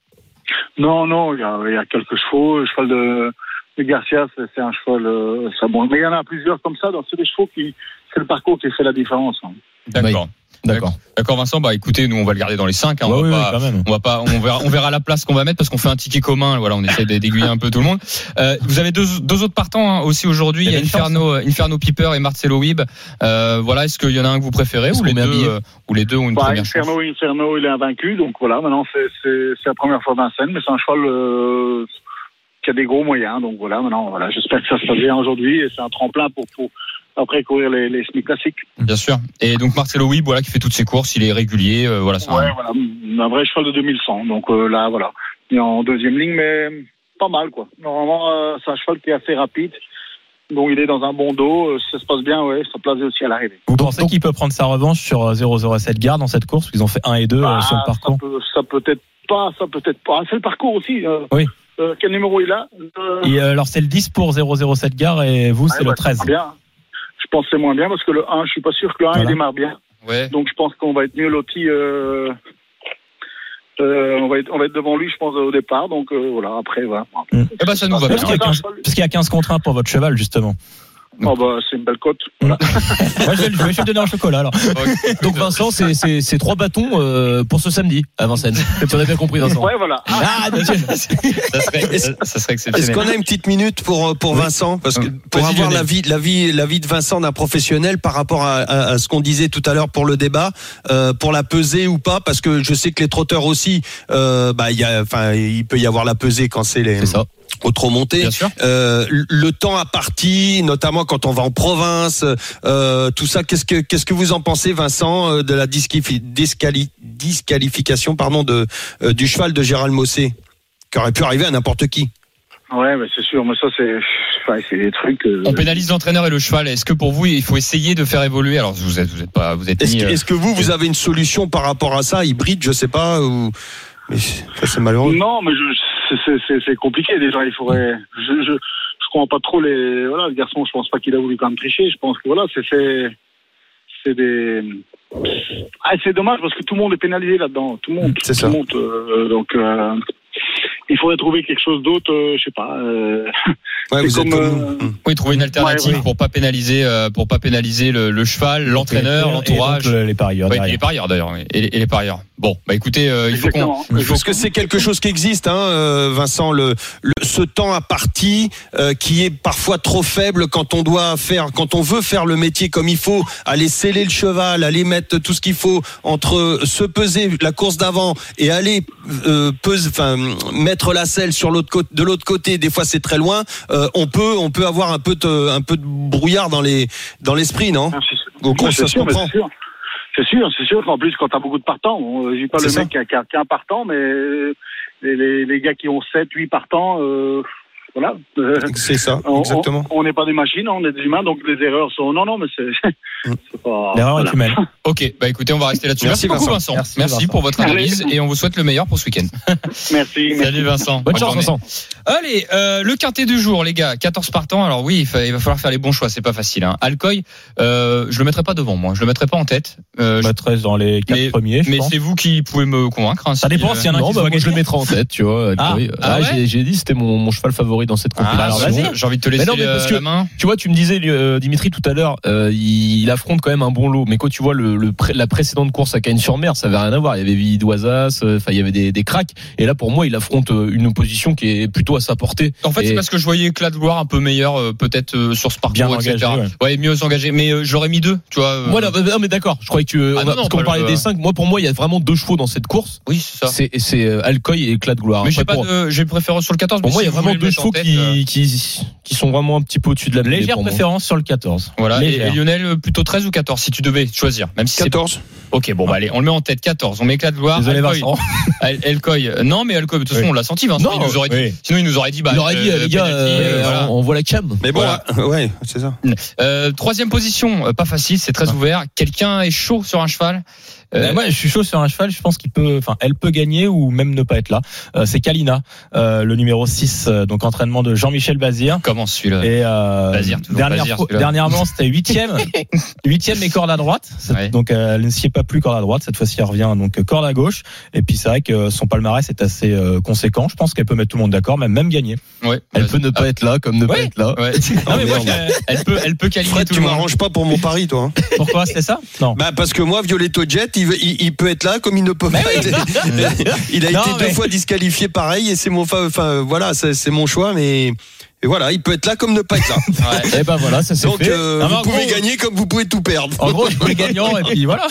Non, non, il y a, il y a quelques chevaux. Le cheval de, de Garcia, c'est, c'est un cheval, euh, ça bon. Mais il y en a plusieurs comme ça. Donc c'est des chevaux qui, c'est le parcours qui fait la différence. Hein. D'accord. D'accord. D'accord, Vincent. Bah, écoutez, nous, on va le garder dans les cinq. Hein, Ouais, on va oui, pas, oui, quand même. on va pas, on verra, on verra la place qu'on va mettre parce qu'on fait un ticket commun. Voilà, on essaie d'aiguiller un peu tout le monde. Euh, vous avez deux, deux autres partants hein, aussi aujourd'hui. Il y a Inferno, Inferno Piper et Marcelo Wib. Euh, voilà, est-ce qu'il y en a un que vous préférez Est-ce ou les, qu'on met un deux, billet euh, ou les deux ont une Bah, première chance? Inferno, Inferno, il est invaincu. Donc voilà, maintenant c'est, c'est, c'est la première fois Vincennes, mais c'est un cheval euh, qui a des gros moyens. Donc voilà, maintenant, voilà, j'espère que ça se passe bien aujourd'hui et c'est un tremplin pour, pour après courir les, les semi classiques. Bien sûr. Et donc Marcelo Wib, voilà, qui fait toutes ses courses, il est régulier. Euh, voilà, c'est Ouais, un- voilà, un vrai cheval de deux mille cent. Donc euh, là, voilà, il est en deuxième ligne, mais pas mal, quoi. Normalement, euh, c'est un cheval qui est assez rapide. Donc il est dans un bon dos. Euh, si ça se passe bien, ouais, ça place aussi à l'arrivée. Vous pensez qu'il peut prendre sa revanche sur zéro zéro sept Garde dans cette course? Parce qu'ils ont fait un et deux Ah, sur le parcours. Ça peut, ça peut être pas, ça peut être pas. C'est le parcours aussi. Euh, Oui. Euh, quel numéro il a euh, Et euh, alors c'est le dix pour zéro zéro sept Gare et vous c'est ouais, le bah, treize. Bien. Je pense que c'est moins bien parce que le un, je suis pas sûr que le un Voilà. il démarre bien. Ouais. Donc je pense qu'on va être mieux loti. Euh, euh, on va être, on va être devant lui, je pense au départ. Donc euh, voilà. Après, voilà. Eh ben, ça nous va bien. Parce qu'il y a quinze, parce qu'il y a quinze contre un pour votre cheval justement. Oh bah c'est une belle cote. Moi je vais, je vais le donner en chocolat alors. Donc Vincent, c'est, c'est, c'est trois bâtons euh, pour ce samedi à Vincennes. Tu en as bien compris, Vincent. Ouais, voilà. Ah, nickel. ça serait, ça, ça serait Est-ce exceptionnel. qu'on a une petite minute pour pour Vincent parce que pour Vas-y, avoir Lionel. l'avis l'avis l'avis de Vincent d'un professionnel par rapport à, à, à ce qu'on disait tout à l'heure pour le débat euh, pour la pesée ou pas parce que je sais que les trotteurs aussi euh, bah il y a enfin il peut y avoir la pesée quand c'est les C'est ça. au trop monté. Bien sûr. Euh, le temps à partie, notamment quand on va en province, euh, tout ça. Qu'est-ce que qu'est-ce que vous en pensez, Vincent, euh, de la disquali- disquali- disqualification, pardon, de euh, du cheval de Gérald Mossé, qui aurait pu arriver à n'importe qui. Ouais, mais c'est sûr. Mais ça c'est, enfin, c'est des trucs. Euh... On pénalise l'entraîneur et le cheval. Est-ce que pour vous, il faut essayer de faire évoluer? Alors, vous êtes, vous êtes pas, vous êtes Est-ce mis, que, euh, est-ce que vous vous avez une solution par rapport à ça, hybride, je sais pas, ou mais ça c'est malheureux. Non, mais je, c'est, c'est, c'est compliqué déjà. Il faudrait. Je, je, je comprends pas trop les, voilà, le garçon, je pense pas qu'il a voulu quand même tricher. Je pense que voilà, c'est, c'est, c'est des, ah, c'est dommage parce que tout le monde est pénalisé là-dedans. Tout le monde, c'est tout ça. le monde, euh, donc, euh, il faudrait trouver quelque chose d'autre, euh, je sais pas. Euh, Ouais, vous êtes comme, comme nous. euh, Oui, trouver une alternative Ouais, ouais. pour pas pénaliser, euh, pour pas pénaliser le, le cheval, l'entraîneur, Et l'entourage. donc, les parieurs. Ouais, et derrière. les parieurs d'ailleurs, oui. et, les, et les parieurs. Bon, bah écoutez, euh, il faut qu'on. exactement. Il faut Parce que c'est quelque chose qui existe, hein, euh, Vincent, le, le, ce temps à partie euh, qui est parfois trop faible quand on doit faire, quand on veut faire le métier comme il faut, aller sceller le cheval, aller mettre tout ce qu'il faut entre se peser la course d'avant et aller euh, peser, enfin mettre la selle sur l'autre côté, de l'autre côté. Des fois c'est très loin. Euh, on peut, on peut avoir un peu de, un peu de brouillard dans les, dans l'esprit, non? Ah, c'est sûr. Donc Ouais, ça c'est se sûr, mais comprend. c'est sûr. C'est sûr, c'est sûr qu'en plus, quand t'as beaucoup de partants, on- je dis pas C'est le ça. mec qui a, qui a- qui a un partant, mais euh, les, les, les gars qui ont sept, huit partants, euh, voilà. Euh, C'est ça, on- exactement. On n'est pas des machines, on est des humains, donc les erreurs sont. Non, non, mais c'est, c'est pas. L'erreur voilà. est humaine. Ok, bah écoutez, on va rester là-dessus. Merci, Merci, beaucoup, Vincent. Vincent. Merci, Merci, Vincent. pour votre analyse et on vous souhaite le meilleur pour ce week-end. Merci. Salut Vincent. Bonne chance, journée. Vincent. Allez, euh, le quintet du jour, les gars. quatorze partants. Alors oui, il, fa- il va falloir faire les bons choix. C'est pas facile. Hein. Alcoy, euh, je le mettrai pas devant moi. Je le mettrai pas en tête. Euh, Je je- mettrais dans les quatre mais- premiers, je mais pense. c'est vous qui pouvez me convaincre. Hein, Ça si, dépend euh, s'il y en a un Non, qui bah, soit moi je le gagné. mettrai en tête, tu vois. Ah. Alcoy. Ah Ah, ouais j'ai, j'ai dit c'était mon, mon cheval favori dans cette Ah, compétition. alors vas-y, j'ai envie de te laisser Mais non, mais parce euh, que- la main. Tu vois, tu me disais, euh, Dimitri, tout à l'heure, euh, il, il affronte quand même un bon lot. Mais quand tu vois le, le pré- la précédente course à Cagnes-sur-Mer, ça avait rien à voir. Il y avait Villy d'Oisas, euh, enfin, il y avait des, des cracks. Et là, pour moi, il affronte euh, une opposition qui est plutôt à sa portée. En fait, Et- c'est parce que je voyais Éclat de gloire un peu meilleur, euh, peut-être euh, sur ce parcours, Bien et engagé, cetera. ouais. Ouais, mieux engagé. Mais euh, j'aurais mis deux, tu vois. euh, Voilà, bah, non, mais d'accord. Je croyais que, Ah on non, a- non, parce qu'on pas parlait le- des cinq. Moi, pour moi, il y a vraiment deux chevaux dans cette course. Oui, c'est ça. C'est, c'est euh, Alcoy et Éclat de gloire. Mais j'ai Après, pas pour, de, j'ai préféré sur le quatorze. pour mais moi, si il y a vous vraiment voulez le deux mettre en chevaux tête, qui, euh, qui, qui sont vraiment un petit peu au-dessus de la mêlée. Légère pour moi. préférence sur le quatorze. Voilà. Et, Légère. et Lionel, euh, plutôt treize ou quatorze, si tu devais choisir. Même si c'est quatorze. Ok, bon, bah allez, on le met en tête. quatorze. On met Éclat de gloire. Désolé, Alcoy. Vincent. El- Elcoy. Non, mais Elcoy, de toute façon, Oui. on l'a senti, Vincent. Non, il nous aurait dit, oui. sinon, il nous aurait dit, bah, Il aurait dit, euh, les gars, penalty, euh, euh, voilà. on, on voit la cam. Mais bon, Voilà. euh, ouais, c'est ça. Euh, troisième position, euh, pas facile, c'est très ouvert. Quelqu'un est chaud sur un cheval. Euh, Euh, moi, je suis chaud sur un cheval. Je pense qu'il peut, enfin, elle peut gagner ou même ne pas être là. Euh, c'est Kalina, euh, le numéro six, euh, donc entraînement de Jean-Michel Bazir. Comment celui-là? Et euh, Bazir, toujours dernière Bazir, fois- celui-là. dernièrement, c'était huitième, huitième et corde à droite. C'est- Ouais. Donc, euh, elle ne s'y est pas plus corde à droite. Cette fois-ci, elle revient donc corde à gauche. Et puis, c'est vrai que son palmarès est assez euh, conséquent. Je pense qu'elle peut mettre tout le monde d'accord, même même gagner. Ouais. Elle peut ne pas Ah, être là, comme ne pas Ouais. être là. ouais. Non, mais moi, merde. je- Elle peut, elle peut câliner Fred, tout tu le monde. m'arranges pas pour mon pari, toi. hein. pourquoi c'était ça? Non. Bah parce que moi, Violetto Jet, il, il, il peut être là comme il ne peut pas être. Il a Non, été mais- deux fois disqualifié pareil et c'est mon, fa- enfin voilà, c'est c'est mon choix, mais et voilà, il peut être là comme ne pas être là. Ouais. Et ben voilà, ça c'est Donc fait. euh, Non, mais vous en pouvez gros- gagner comme vous pouvez tout perdre. En gros, je voulais gagnant et puis voilà.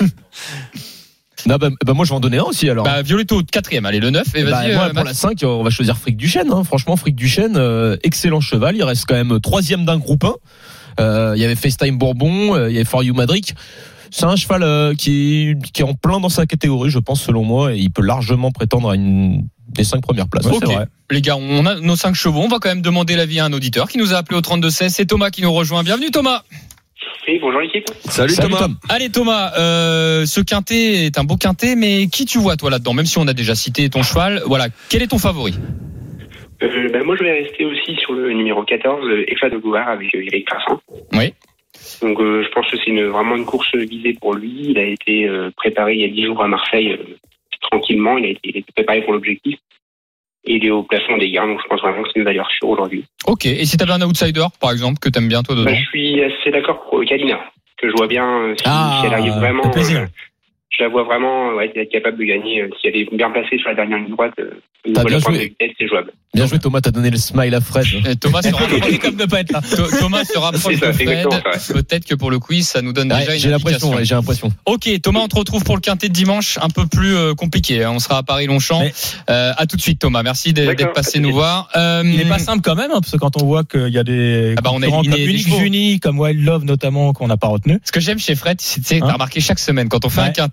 Non, bah, bah, moi je vais en donner un aussi alors. Bah, Violetto, quatrième. Allez, le neuf. Et Bah, vas-y, moi, euh, pour Max. la cinq, on va choisir Frick Duchesne. Hein. Franchement, Frick Duchesne, euh, excellent cheval. Il reste quand même troisième d'un groupe un. Euh, il y avait FaceTime Bourbon, euh, il y avait For You Madrid. C'est un cheval euh, qui, est, qui est en plein dans sa catégorie, je pense, selon moi, et il peut largement prétendre à une des cinq premières places. Ok. c'est vrai. Les gars, on a nos cinq chevaux. On va quand même demander l'avis à un auditeur qui nous a appelé au trente-deux seize. C'est Thomas qui nous rejoint. Bienvenue, Thomas. Oui, bonjour l'équipe. Salut, Salut Thomas. Tom. Allez, Thomas, euh, ce quintet est un beau quintet, mais qui tu vois, toi, là-dedans? Même si on a déjà cité ton cheval. Voilà. Quel est ton favori? Euh, bah, moi, je vais rester aussi sur le numéro quatorze, euh, Éclat de gloire, avec euh, Eric Vincent. Oui. Donc, euh, je pense que c'est une, vraiment une course visée pour lui. Il a été euh, préparé il y a dix jours à Marseille, euh, tranquillement. Il a été, il a été préparé pour l'objectif. Et il est au plafond des gains, donc je pense vraiment que c'est une valeur sûre aujourd'hui. Ok. Et si t'avais un outsider, par exemple, que t'aimes bien, toi, dedans? Bah, je suis assez d'accord pour Kalina, que je vois bien, euh, si, Ah, si elle arrive vraiment... fait plaisir. euh, je la vois vraiment ouais, être capable de gagner. euh, si elle est bien placée sur la dernière ligne droite, euh, au niveau T'as de bien la pointe joué. de vitesse, c'est jouable. Bien joué Thomas, t'as donné le smile à Fred. Et Thomas se rapproche comme ne pas être là. Tho- Thomas se rapproche C'est ça, de c'est Fred. exactement ça, Peut-être que pour le quiz, ça nous donne déjà Ouais, une j'ai l'impression, indication. ouais, j'ai l'impression. Ok, Thomas, on te retrouve pour le quintet de dimanche, un peu plus euh, compliqué. hein. On sera à Paris-Longchamp. Mais- Euh, à tout de suite, Thomas. Merci d'être D'accord, d'être passé à tout nous de voir. Euh, Il est pas simple quand même, hein, parce que quand on voit qu'il y a des Ah bah, on a concurrents éliminé comme des Unique chevaux. Juni, comme Wild Love notamment, qu'on n'a pas retenu. Ce que j'aime chez Fred, c'est, tu sais, Hein t'as remarqué chaque semaine, quand on fait Ouais. un quintet,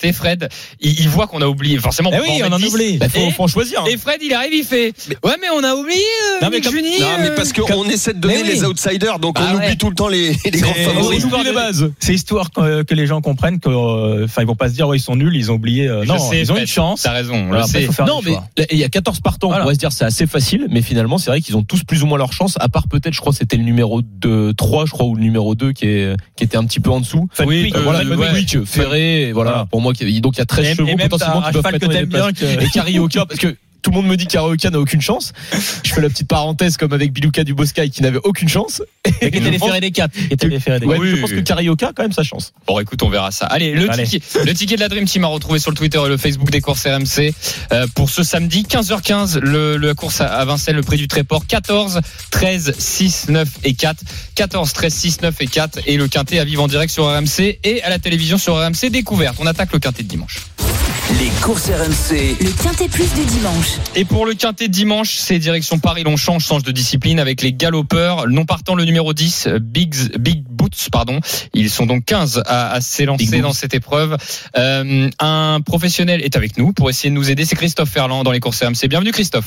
et Fred, il, il voit qu'on a oublié. Forcément, eh oui, on en oublie. Bah, faut, et, faut en choisir. Hein. Et Fred, il arrive, il fait. Ouais, mais on a oublié. Euh, non, mais comme, Juni, non, mais euh, parce qu'on comme, essaie de donner oui. les outsiders, donc bah on ouais. oublie tout le temps les, les grands favoris. C'est les bases. C'est histoire que, que les gens comprennent que, enfin, euh, ils vont pas se dire, ouais, ils sont nuls, ils ont oublié. Euh, non, sais, ils ont Fred, une chance. T'as raison, on Voilà, le après, sait. faut faire Non, des mais choix. il y a quatorze partants. Voilà. On pourrait se dire c'est assez facile, mais finalement c'est vrai qu'ils ont tous plus ou moins leur chance. À part peut-être, je crois, c'était le numéro deux, trois, je crois, ou le numéro deux qui est qui était un petit peu en dessous. Oui, Euh, euh, voilà, ouais. Fenwick, Ferré, et voilà. Voilà. Pour moi, qui- donc il y a treize Et- chevaux et même potentiellement t'as qui un peuvent cheval que prétendre t'aimes les bien, places. que- Et Carioca, parce que tout le monde me dit qu'Arioca n'a aucune chance. Je fais la petite parenthèse comme avec Biluka du Boscaï qui n'avait aucune chance. Et qui était les ferrés des quatre. Qui était les ferrés des Ouais, quatre. je Oui, pense oui. que Carioca a quand même sa chance. Bon, écoute, on verra ça. Allez, le, Allez. Ticket, le ticket de la Dream Team à retrouver sur le Twitter et le Facebook des courses R M C euh, pour ce samedi quinze heures quinze. Le, le course à, à Vincennes, le prix du Tréport quatorze, treize, six, neuf et quatre. quatorze, treize, six, neuf et quatre. Et le quintet à vivre en direct sur R M C et à la télévision sur R M C Découverte. On attaque le quintet de dimanche. Les courses R M C. Le Quintet Plus du dimanche. Et pour le quintet de dimanche, c'est direction Paris-Longchamp, change de discipline avec les galopeurs. Non partant le numéro dix, Big, Big Boots, pardon. Ils sont donc quinze à, à s'élancer dans cette épreuve. Euh, un professionnel est avec nous pour essayer de nous aider. C'est Christophe Ferland dans les courses R M C. Bienvenue Christophe.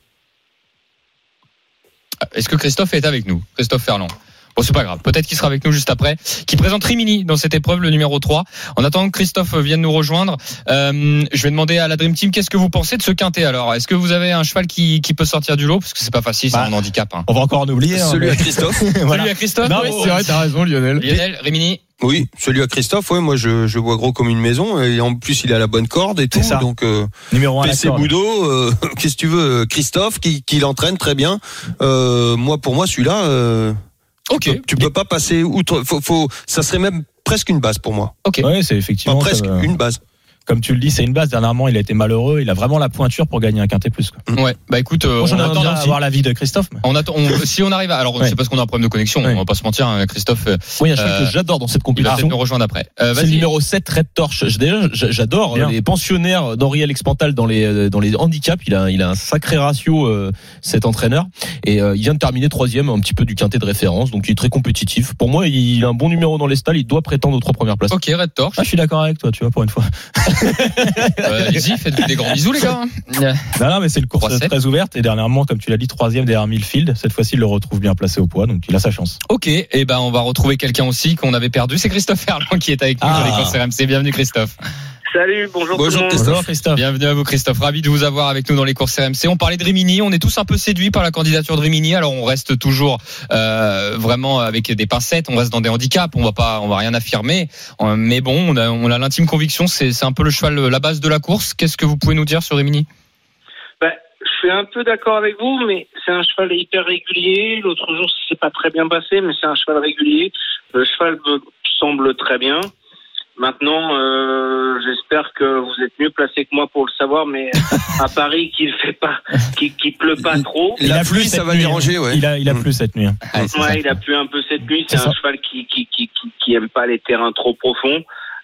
Est-ce que Christophe est avec nous? Christophe Ferland. Bon, c'est pas grave. Peut-être qu'il sera avec nous juste après. Qui présente Rimini dans cette épreuve, le numéro trois. En attendant que Christophe vienne nous rejoindre, euh, je vais demander à la Dream Team, qu'est-ce que vous pensez de ce quintet alors? Est-ce que vous avez un cheval qui, qui peut sortir du lot? Parce que c'est pas facile, Bah, c'est un handicap. Hein. On va encore en oublier. hein, Celui mais- à Christophe. Voilà. Celui à Christophe? Non, Oui, mais C'est vrai, t'as raison, Lionel. Lionel, Rimini. Oui, celui à Christophe, ouais, moi je, je vois gros comme une maison et en plus il a la bonne corde et tout, C'est ça. donc euh, Numéro un. P C Boudot, euh, qu'est-ce que tu veux, Christophe qui, qui l'entraîne très bien. Euh, moi pour moi celui-là, euh, Ok. tu peux pas passer outre. Faut, faut, ça serait même presque une base pour moi. Ok. Ouais, c'est Enfin, effectivement. presque comme, euh, une base. Comme tu le dis, c'est une base. Dernièrement, il a été malheureux. Il a vraiment la pointure pour gagner un quintet plus. Quoi. Ouais. Bah écoute, euh, Moi, j'en on attends attend. d'avoir l'avis de Christophe. mais- On attend. on- si on arrive à, alors Ouais. c'est parce qu'on a un problème de connexion. Ouais. On va pas se mentir, hein, Christophe. euh, Moi, il y a un cheval Euh, que j'adore dans cette Il va compétition. peut-être nous rejoindre après. Euh, C'est le vas-y. numéro sept, Red Torch. Je- Déjà, j'- j'adore Bien. les pensionnaires d'Henri Alex Pantal dans les dans les handicaps. Il a il a un sacré ratio euh, cet entraîneur et euh, il vient de terminer troisième un petit peu du quintet de référence. Donc il est très compétitif. Pour moi, il a un bon numéro dans les stalles. Il doit prétendre aux trois premières places. Ok, Red Torch. Ah, je suis d'accord avec toi, tu vois, pour une fois. Euh, Allez-y, faites des grands bisous les gars. hein. Non, non, mais c'est le course trois sept. très ouverte. Et dernièrement, comme tu l'as dit, troisième derrière Millfield. Cette fois-ci, il le retrouve bien placé au poids, donc il a sa chance. Ok, et ben on va retrouver quelqu'un aussi qu'on avait perdu. C'est Christophe Ferland qui est avec nous Ah. dans les courses R M C. Bienvenue Christophe. Salut, bonjour, Bonjour, tout le monde. Christophe. Bonjour Christophe. Bienvenue à vous Christophe, ravi de vous avoir avec nous dans les courses R M C. On parlait de Rimini, on est tous un peu séduits par la candidature de Rimini. Alors on reste toujours euh, vraiment avec des pincettes, on reste dans des handicaps, on va pas, on va rien affirmer. Euh, Mais bon, on a, on a l'intime conviction, c'est, c'est un peu le cheval, la base de la course. Qu'est-ce que vous pouvez nous dire sur Rimini? Ben, je suis un peu d'accord avec vous, mais c'est un cheval hyper régulier. L'autre jour, c'est pas très bien passé, mais c'est un cheval régulier. Le cheval me semble très bien. Maintenant, euh, j'espère que vous êtes mieux placé que moi pour le savoir, mais à Paris, qu'il fait pas, qu'il, qu'il pleut pas trop. Il La a pluie, plu ça cette va nuit, déranger, hein. ouais. Il a, il a Mm. plu cette nuit. hein. Ah, c'est ça. Ouais, il a plu un peu cette nuit. C'est, C'est un ça. cheval qui, qui, qui, qui, qui aime pas les terrains trop profonds.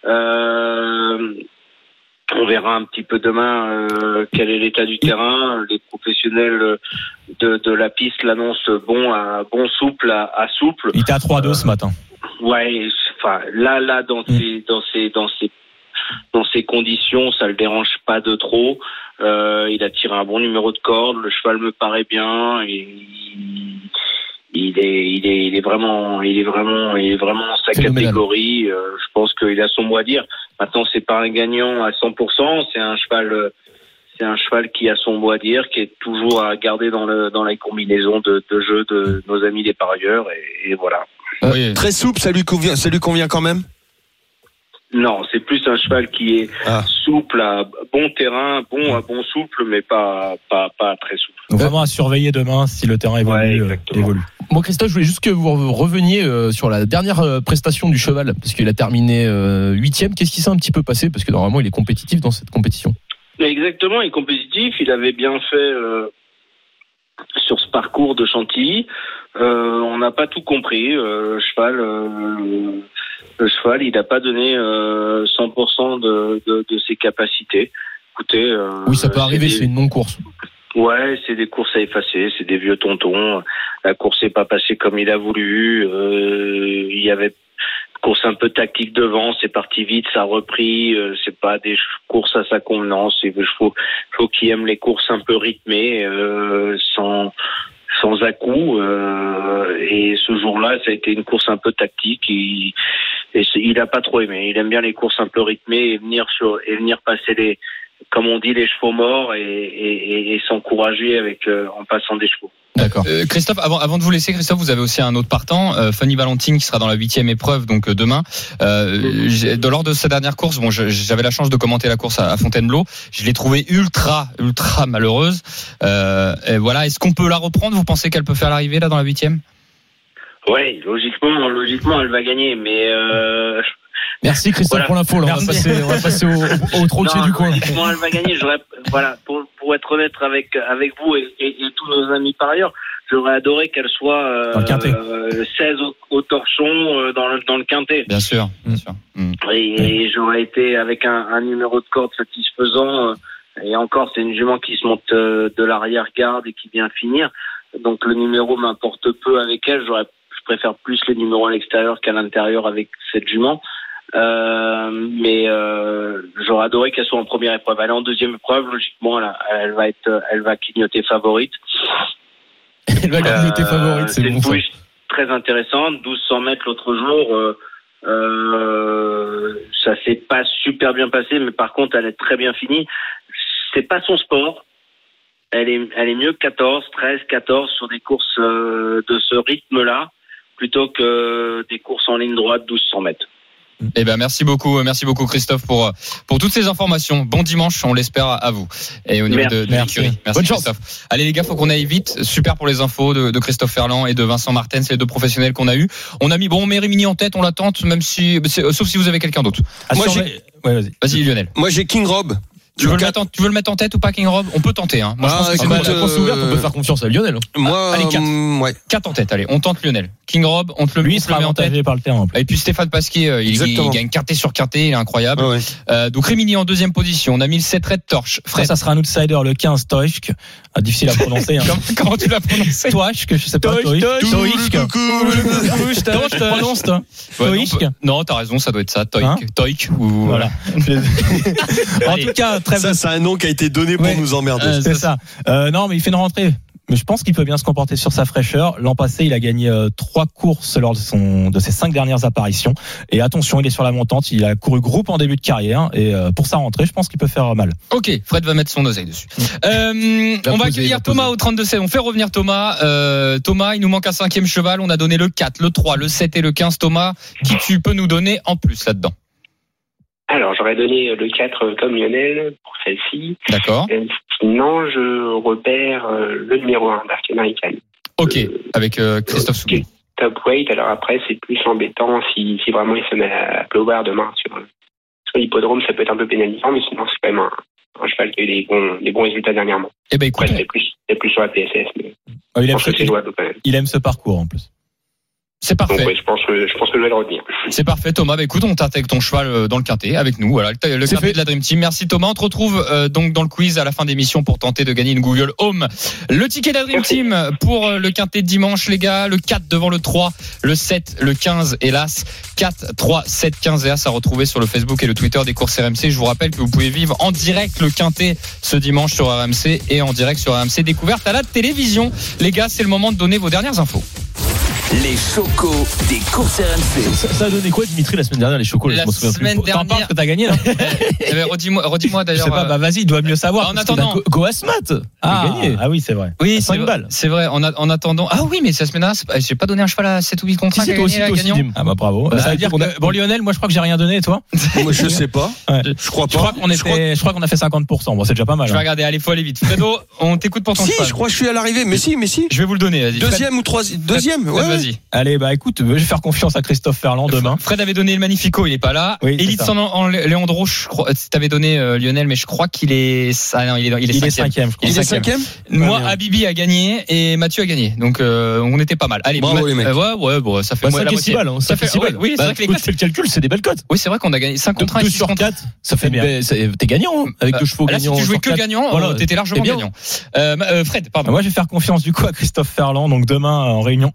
Euh, on verra un petit peu demain euh, quel est l'état du terrain. Les professionnels de, de la piste l'annoncent bon à bon souple à, à souple. Il était à trois deux ce matin. Ouais, enfin là là dans Mm. ces dans ces dans ces dans ces conditions, ça le dérange pas de trop. Euh, il a tiré un bon numéro de corde, le cheval me paraît bien. Et il, il est il est il est vraiment il est vraiment il est vraiment dans sa Phénoménal. catégorie. Euh, je pense qu'il a son mot à dire. Maintenant, c'est pas un gagnant à cent pour cent. C'est un cheval. euh, C'est un cheval qui a son mot à dire, qui est toujours à garder dans le dans les combinaisons de, de jeu de nos amis des parieurs. Et, et voilà. Oui. Très souple, ça lui convient, ça lui convient quand même. Non, c'est plus un cheval qui est Ah. souple, à bon terrain, bon à bon souple, mais pas pas pas très souple. Donc vraiment à surveiller demain si le terrain évolue. Ouais, euh, exactement. évolue. Moi, Christophe, je voulais juste que vous reveniez euh, sur la dernière euh, prestation du cheval, parce qu'il a terminé euh, huitième. Qu'est-ce qui s'est un petit peu passé? Parce que normalement, il est compétitif dans cette compétition. Exactement, il est compétitif, il avait bien fait euh, sur ce parcours de Chantilly. Euh, on n'a pas tout compris. Euh, le cheval, euh, le cheval, il n'a pas donné euh, cent pour cent de, de, de ses capacités. Écoutez, euh, Oui, ça peut arriver, des- c'est une non-course. Ouais, c'est des courses à effacer, c'est des vieux tontons. La course n'est pas passée comme il a voulu. Euh, il y avait course un peu tactique devant, c'est parti vite, ça a repris, euh, c'est pas des courses à sa convenance, il faut, faut qu'il aime les courses un peu rythmées, euh, sans, sans à-coups, euh, et ce jour-là, ça a été une course un peu tactique, il, et il a pas trop aimé, il aime bien les courses un peu rythmées et venir sur, et venir passer les, comme on dit, les chevaux morts et, et, et s'encourager avec, euh, en passant des chevaux. D'accord. Euh, Christophe, avant, avant de vous laisser, Christophe, vous avez aussi un autre partant, euh, Fanny Valentine, qui sera dans la huitième épreuve, donc euh, demain. Euh, de, lors de sa dernière course, bon, je, j'avais la chance de commenter la course à, à Fontainebleau. Je l'ai trouvée ultra, ultra malheureuse. Euh, et voilà, est-ce qu'on peut la reprendre? Vous pensez qu'elle peut faire l'arrivée là dans la huitième? Oui, logiquement, logiquement, elle va gagner, mais. Euh... Merci Christophe voilà. pour l'info. Là, on va passer, on va passer au, au trottier du coin. Logiquement, elle va gagner. J'aurais, voilà, pour, pour être honnête avec avec vous et, et, et tous nos amis par ailleurs. J'aurais adoré qu'elle soit euh, euh, seize au, au torchon euh, dans, le, dans le quintet. Bien sûr, bien sûr. Mmh. Et, et j'aurais été avec un, un numéro de corde satisfaisant. Euh, et encore, c'est une jument qui se monte euh, de l'arrière-garde et qui vient finir. Donc le numéro m'importe peu avec elle. J'aurais, je préfère plus les numéros à l'extérieur qu'à l'intérieur avec cette jument. Euh, mais euh, j'aurais adoré qu'elle soit en première épreuve. Elle est en deuxième épreuve. Logiquement, elle, elle va être, elle va clignoter favorite. Elle va clignoter euh, favorite, c'est, c'est bon une pouliche très intéressante, douze cents mètres l'autre jour. Euh, euh, ça s'est pas super bien passé, mais par contre, elle est très bien finie. C'est pas son sport. Elle est, elle est mieux que quatorze, treize, quatorze sur des courses euh, de ce rythme-là, plutôt que des courses en ligne droite, douze cents mètres. Eh ben merci beaucoup, merci beaucoup Christophe pour pour toutes ces informations. Bon dimanche, on l'espère à vous. Et au niveau merci. de, de merci. l'écurie. Merci Bonne Christophe. Chance. Allez les gars, faut qu'on aille vite. Super pour les infos de, de Christophe Ferland et de Vincent Martens, les deux professionnels qu'on a eu. On a mis bon, on met Rimini en tête, on l'attente, même si, sauf si vous avez quelqu'un d'autre. Moi, j'ai... Ouais, vas-y. Vas-y Lionel. Moi j'ai King Rob. Tu veux, le mettre en, tu veux le mettre en tête ou pas, King Rob? On peut tenter, hein. Moi, ah, je pense que écoute, c'est euh, la course ouverte, on peut faire confiance à Lionel. Moi, allez, quatre. Euh, ouais. quatre en tête, allez. On tente Lionel. King Rob, on te le, Lui, on il te le sera met en tête. avantagé par le terrain. Et puis Stéphane Pasquier, euh, il, il gagne quinté sur quinté, il est incroyable. Ah ouais. Euh, donc Rimini en deuxième position. On a mis le sept Red Torch. Fred, ça sera un outsider, le quinze Toishk. Ah, difficile à prononcer. Hein. comment, comment tu l'as prononcé? Toishk, je sais pas. Toishk. Toishk. Prononce toi. Toishk. Non, t'as raison, ça doit être ça. Toik. Toik ou voilà. En tout cas, très ça, c'est un nom qui a été donné pour nous emmerder. Euh, c'est ça. Euh, non, mais il fait une rentrée. Mais je pense qu'il peut bien se comporter sur sa fraîcheur. L'an passé, il a gagné euh, trois courses lors de son de ses cinq dernières apparitions. Et attention, il est sur la montante. Il a couru groupe en début de carrière. Et euh, pour sa rentrée, je pense qu'il peut faire mal. Ok, Fred va mettre son oseille dessus. Euh, on va accueillir Thomas au trente-deux seize. On fait revenir Thomas. Euh, Thomas, il nous manque un cinquième cheval. On a donné le quatre, le trois, le sept et le quinze. Thomas, qui tu peux nous donner en plus là-dedans? Alors, j'aurais donné le quatre comme Lionel pour celle-ci. D'accord. Euh, sinon, je repère euh, le numéro un, Dark American. Ok, euh, avec euh, Christophe Sougou. Top weight, alors après, c'est plus embêtant si, si vraiment il se met à pleuvoir demain sur, sur l'hippodrome, ça peut être un peu pénalisant, mais sinon, c'est quand même un, un cheval qui a eu des bons, des bons résultats dernièrement. Eh ben, écoute. Après, c'est plus, c'est plus sur la P S S, mais oh, il, aime ce, il, jouable, quand même. il aime ce parcours en plus. C'est parfait. Donc, ouais, je pense que, je pense que je vais le retenir. C'est parfait, Thomas. Bah, écoute, on t'intègre ton cheval dans le quintet avec nous. Voilà, le, le quintet de la Dream Team. Merci, Thomas. On te retrouve euh, donc dans le quiz à la fin d'émission pour tenter de gagner une Google Home. Le ticket de la Dream Team pour le quintet de dimanche, les gars. Le quatre devant le trois, le sept, le quinze, hélas. quatre, trois, sept, quinze et As à retrouver sur le Facebook et le Twitter des courses R M C. Je vous rappelle que vous pouvez vivre en direct le quintet ce dimanche sur R M C et en direct sur R M C Découverte à la télévision. Les gars, c'est le moment de donner vos dernières infos. Les chocos des courses R M C. Ça, ça a donné quoi, Dimitri, la semaine dernière, les chocos? La semaine dernière. T'en parles que t'as gagné, là? eh ben, redis-moi, redis-moi d'ailleurs. Je sais pas, bah vas-y, il doit mieux savoir. En attendant. Go Asmat. Ah, gagné. Ah oui, c'est vrai. Oui, c'est vrai. C'est vrai. En, a, en attendant. Ah oui, mais cette semaine-là, j'ai pas donné un cheval à sept ou huit contre un. Si, c'est toi aussi, toi aussi, Ah bah bravo. Bah, ça veut dire que, bon, Lionel, moi je crois que j'ai rien donné, et toi? Moi je sais pas. Ouais. Je crois pas. Je crois qu'on était, je crois... je crois qu'on a fait cinquante pour cent. Bon, c'est déjà pas mal. Je vais regarder, allez, faut aller vite. Fredo, on t'écoute pour ton si, cheval. Si, je crois que je suis à l'arrivée. Mais si, mais si. Je vais vous le donner, vas-y. Deuxième ou troisième? Deuxième, ouais. Vas-y. Allez, bah écoute, je vais faire confiance à Christophe Ferland demain. Fred avait donné le Magnifico, il est pas là. Oui, Élite sans en Léandro, je crois, t'avais donné euh, Lionel, mais je crois qu'il est, ah, non, il est, il est, il est cinquième. cinquième, je crois. Il est cinquième. Moi, Habibi a gagné et Mathieu a gagné. Donc, euh, on était pas mal. Allez, bravo ma- les mecs. Euh, ouais, ouais, bon, ça fait bah, la moitié. Balles, hein, ça, ça fait six balles. Oui, c'est bah, vrai que les cotes, tu fais le calcul, c'est des belles cotes. Oui, c'est vrai qu'on a gagné cinq contre un, deux sur quatre. Ça fait bien. T'es gagnant, hein, avec deux chevaux là, gagnants. Si tu jouais que gagnant, voilà, t'étais largement gagnant. Euh, Fred, pardon. Moi, je vais faire confiance du coup à Christophe Ferland. Donc, demain, en réunion une, course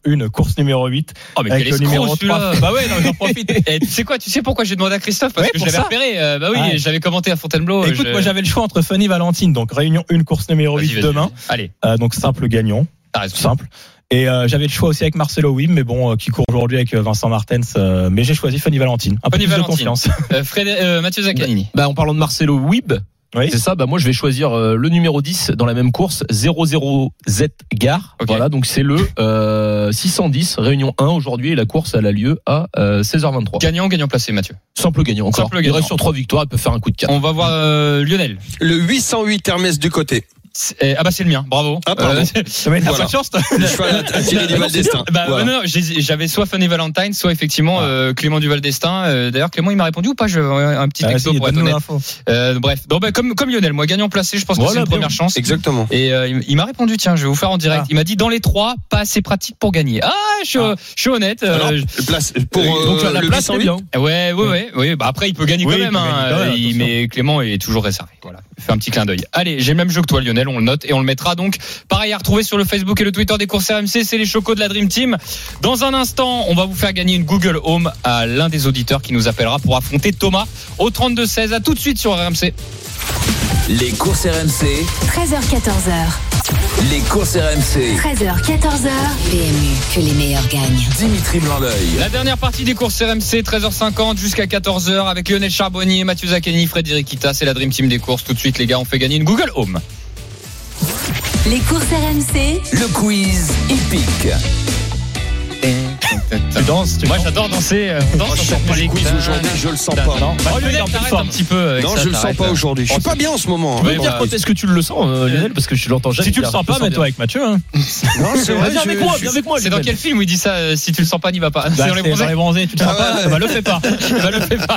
course numéro huit. Oh, mais avec quel le numéro escroc, trois. celui-là. Bah ouais, non, j'en profite. Et tu sais quoi, tu sais pourquoi j'ai demandé à Christophe? Parce Ouais, que je pour l'avais ça. repéré. Euh, bah oui, Ouais. j'avais commenté à Fontainebleau. Écoute, je... moi j'avais le choix entre Funny Valentine, donc réunion une course numéro Vas-y, huit vas-y, demain. vas-y. Allez, Euh, donc simple gagnant. t'as raison. Simple. Et euh, j'avais le choix aussi avec Marcelo Wim, mais bon, euh, qui court aujourd'hui avec euh, Vincent Martens. Euh, mais j'ai choisi Fanny Valentine. Un peu Fanny plus Valentine. de confiance. Euh, Frédé- euh, Mathieu Zaccanini. Bah, en parlant de Marcelo Wib, Oui. c'est ça, bah, moi, je vais choisir euh, le numéro dix dans la même course, zéro zéro Z Gare. Ok. Voilà, donc c'est le euh, six cent dix, réunion un aujourd'hui, et la course, elle a lieu à euh, seize heures vingt-trois. Gagnant ou gagnant placé, Mathieu? Simple gagnant encore. Simple Il gagnant. reste sur trois victoires, il peut faire un coup de quatre. On va voir euh, Lionel. Le huit cent huit Hermès du côté. C'est- Ah bah c'est le mien, bravo. Ah, pardon. Euh, Mais t'as Voilà. pas de chance, toi. Le cheval à Thierry Duval d'Estaing. Bah Voilà. non, non, j'ai- j'avais soit Fanny Valentine, soit effectivement Ah. euh, Clément Duval d'Estaing. Euh, D'ailleurs, Clément, il m'a répondu ou pas? Je, un petit Ah, texto si, pour être donne-nous honnête. l'info. Euh, bref, donc, bah, comme, comme Lionel, moi gagnant placé, je pense que Voilà, c'est une bien. première chance. Exactement. Et euh, il, il m'a répondu, tiens, je vais vous faire en direct. Ah. Il m'a dit dans les trois, pas assez pratique pour gagner. Ah, je suis, Ah. je suis honnête. euh, Alors, je- place pour Euh, donc euh, la le place est huit cent huit. bien. Ouais, ouais, ouais, ouais. Bah après, il peut gagner Oui, quand il même. peut Hein. gagner quand même, Il- attention. mais Clément est toujours réservé. Voilà. Fais un petit clin d'œil. Allez, j'ai le même jeu que toi, Lionel. On le note et on le mettra donc. Pareil à retrouver sur le Facebook et le Twitter des courses R M C. C'est les chocos de la Dream Team. Dans un instant, on va vous faire gagner une Google Home à l'un des auditeurs qui nous appellera pour affronter Thomas au trente-deux seize. À tout de suite sur R M C. Les courses R M C, treize heures quatorze heures. les courses R M C. treize heures quatorze heures. P M U, que les meilleurs gagnent. Dimitri Blanc-L'œil. La dernière partie des courses R M C, treize heures cinquante jusqu'à quatorze heures avec Lionel Charbonnier, Mathieu Zaccani, Frédéric Kita. C'est la Dream Team des courses. Tout de suite, les gars, on fait gagner une Google Home. Les courses R M C, Le quiz hippique. Tu danses, tu Moi, j'adore danser. euh, on danse Oh, je sur sens cette pas les musique. quiz aujourd'hui, je le sens pas. Non. Oh, Lionel, t'arrêtes un petit peu. avec Non, ça, je le sens t'arrêtes. pas aujourd'hui. Je suis pas bien en ce moment. Tu peux Ouais, me dire voilà. quand est-ce que tu le sens, euh, Lionel, parce que je l'entends jamais. Si tu le dire. sens Je pas, sens mets-toi bien. avec Mathieu. Hein. Non, c'est vrai. Viens je- avec moi, je- viens avec moi. C'est dans Lionel. quel film où il dit ça euh, si tu le sens pas, n'y va pas. Bah, C'est dans les c'est dans bronzés. les bronzés, tu te sens Ah pas, ouais. bah le fais pas. Bah, le fais pas.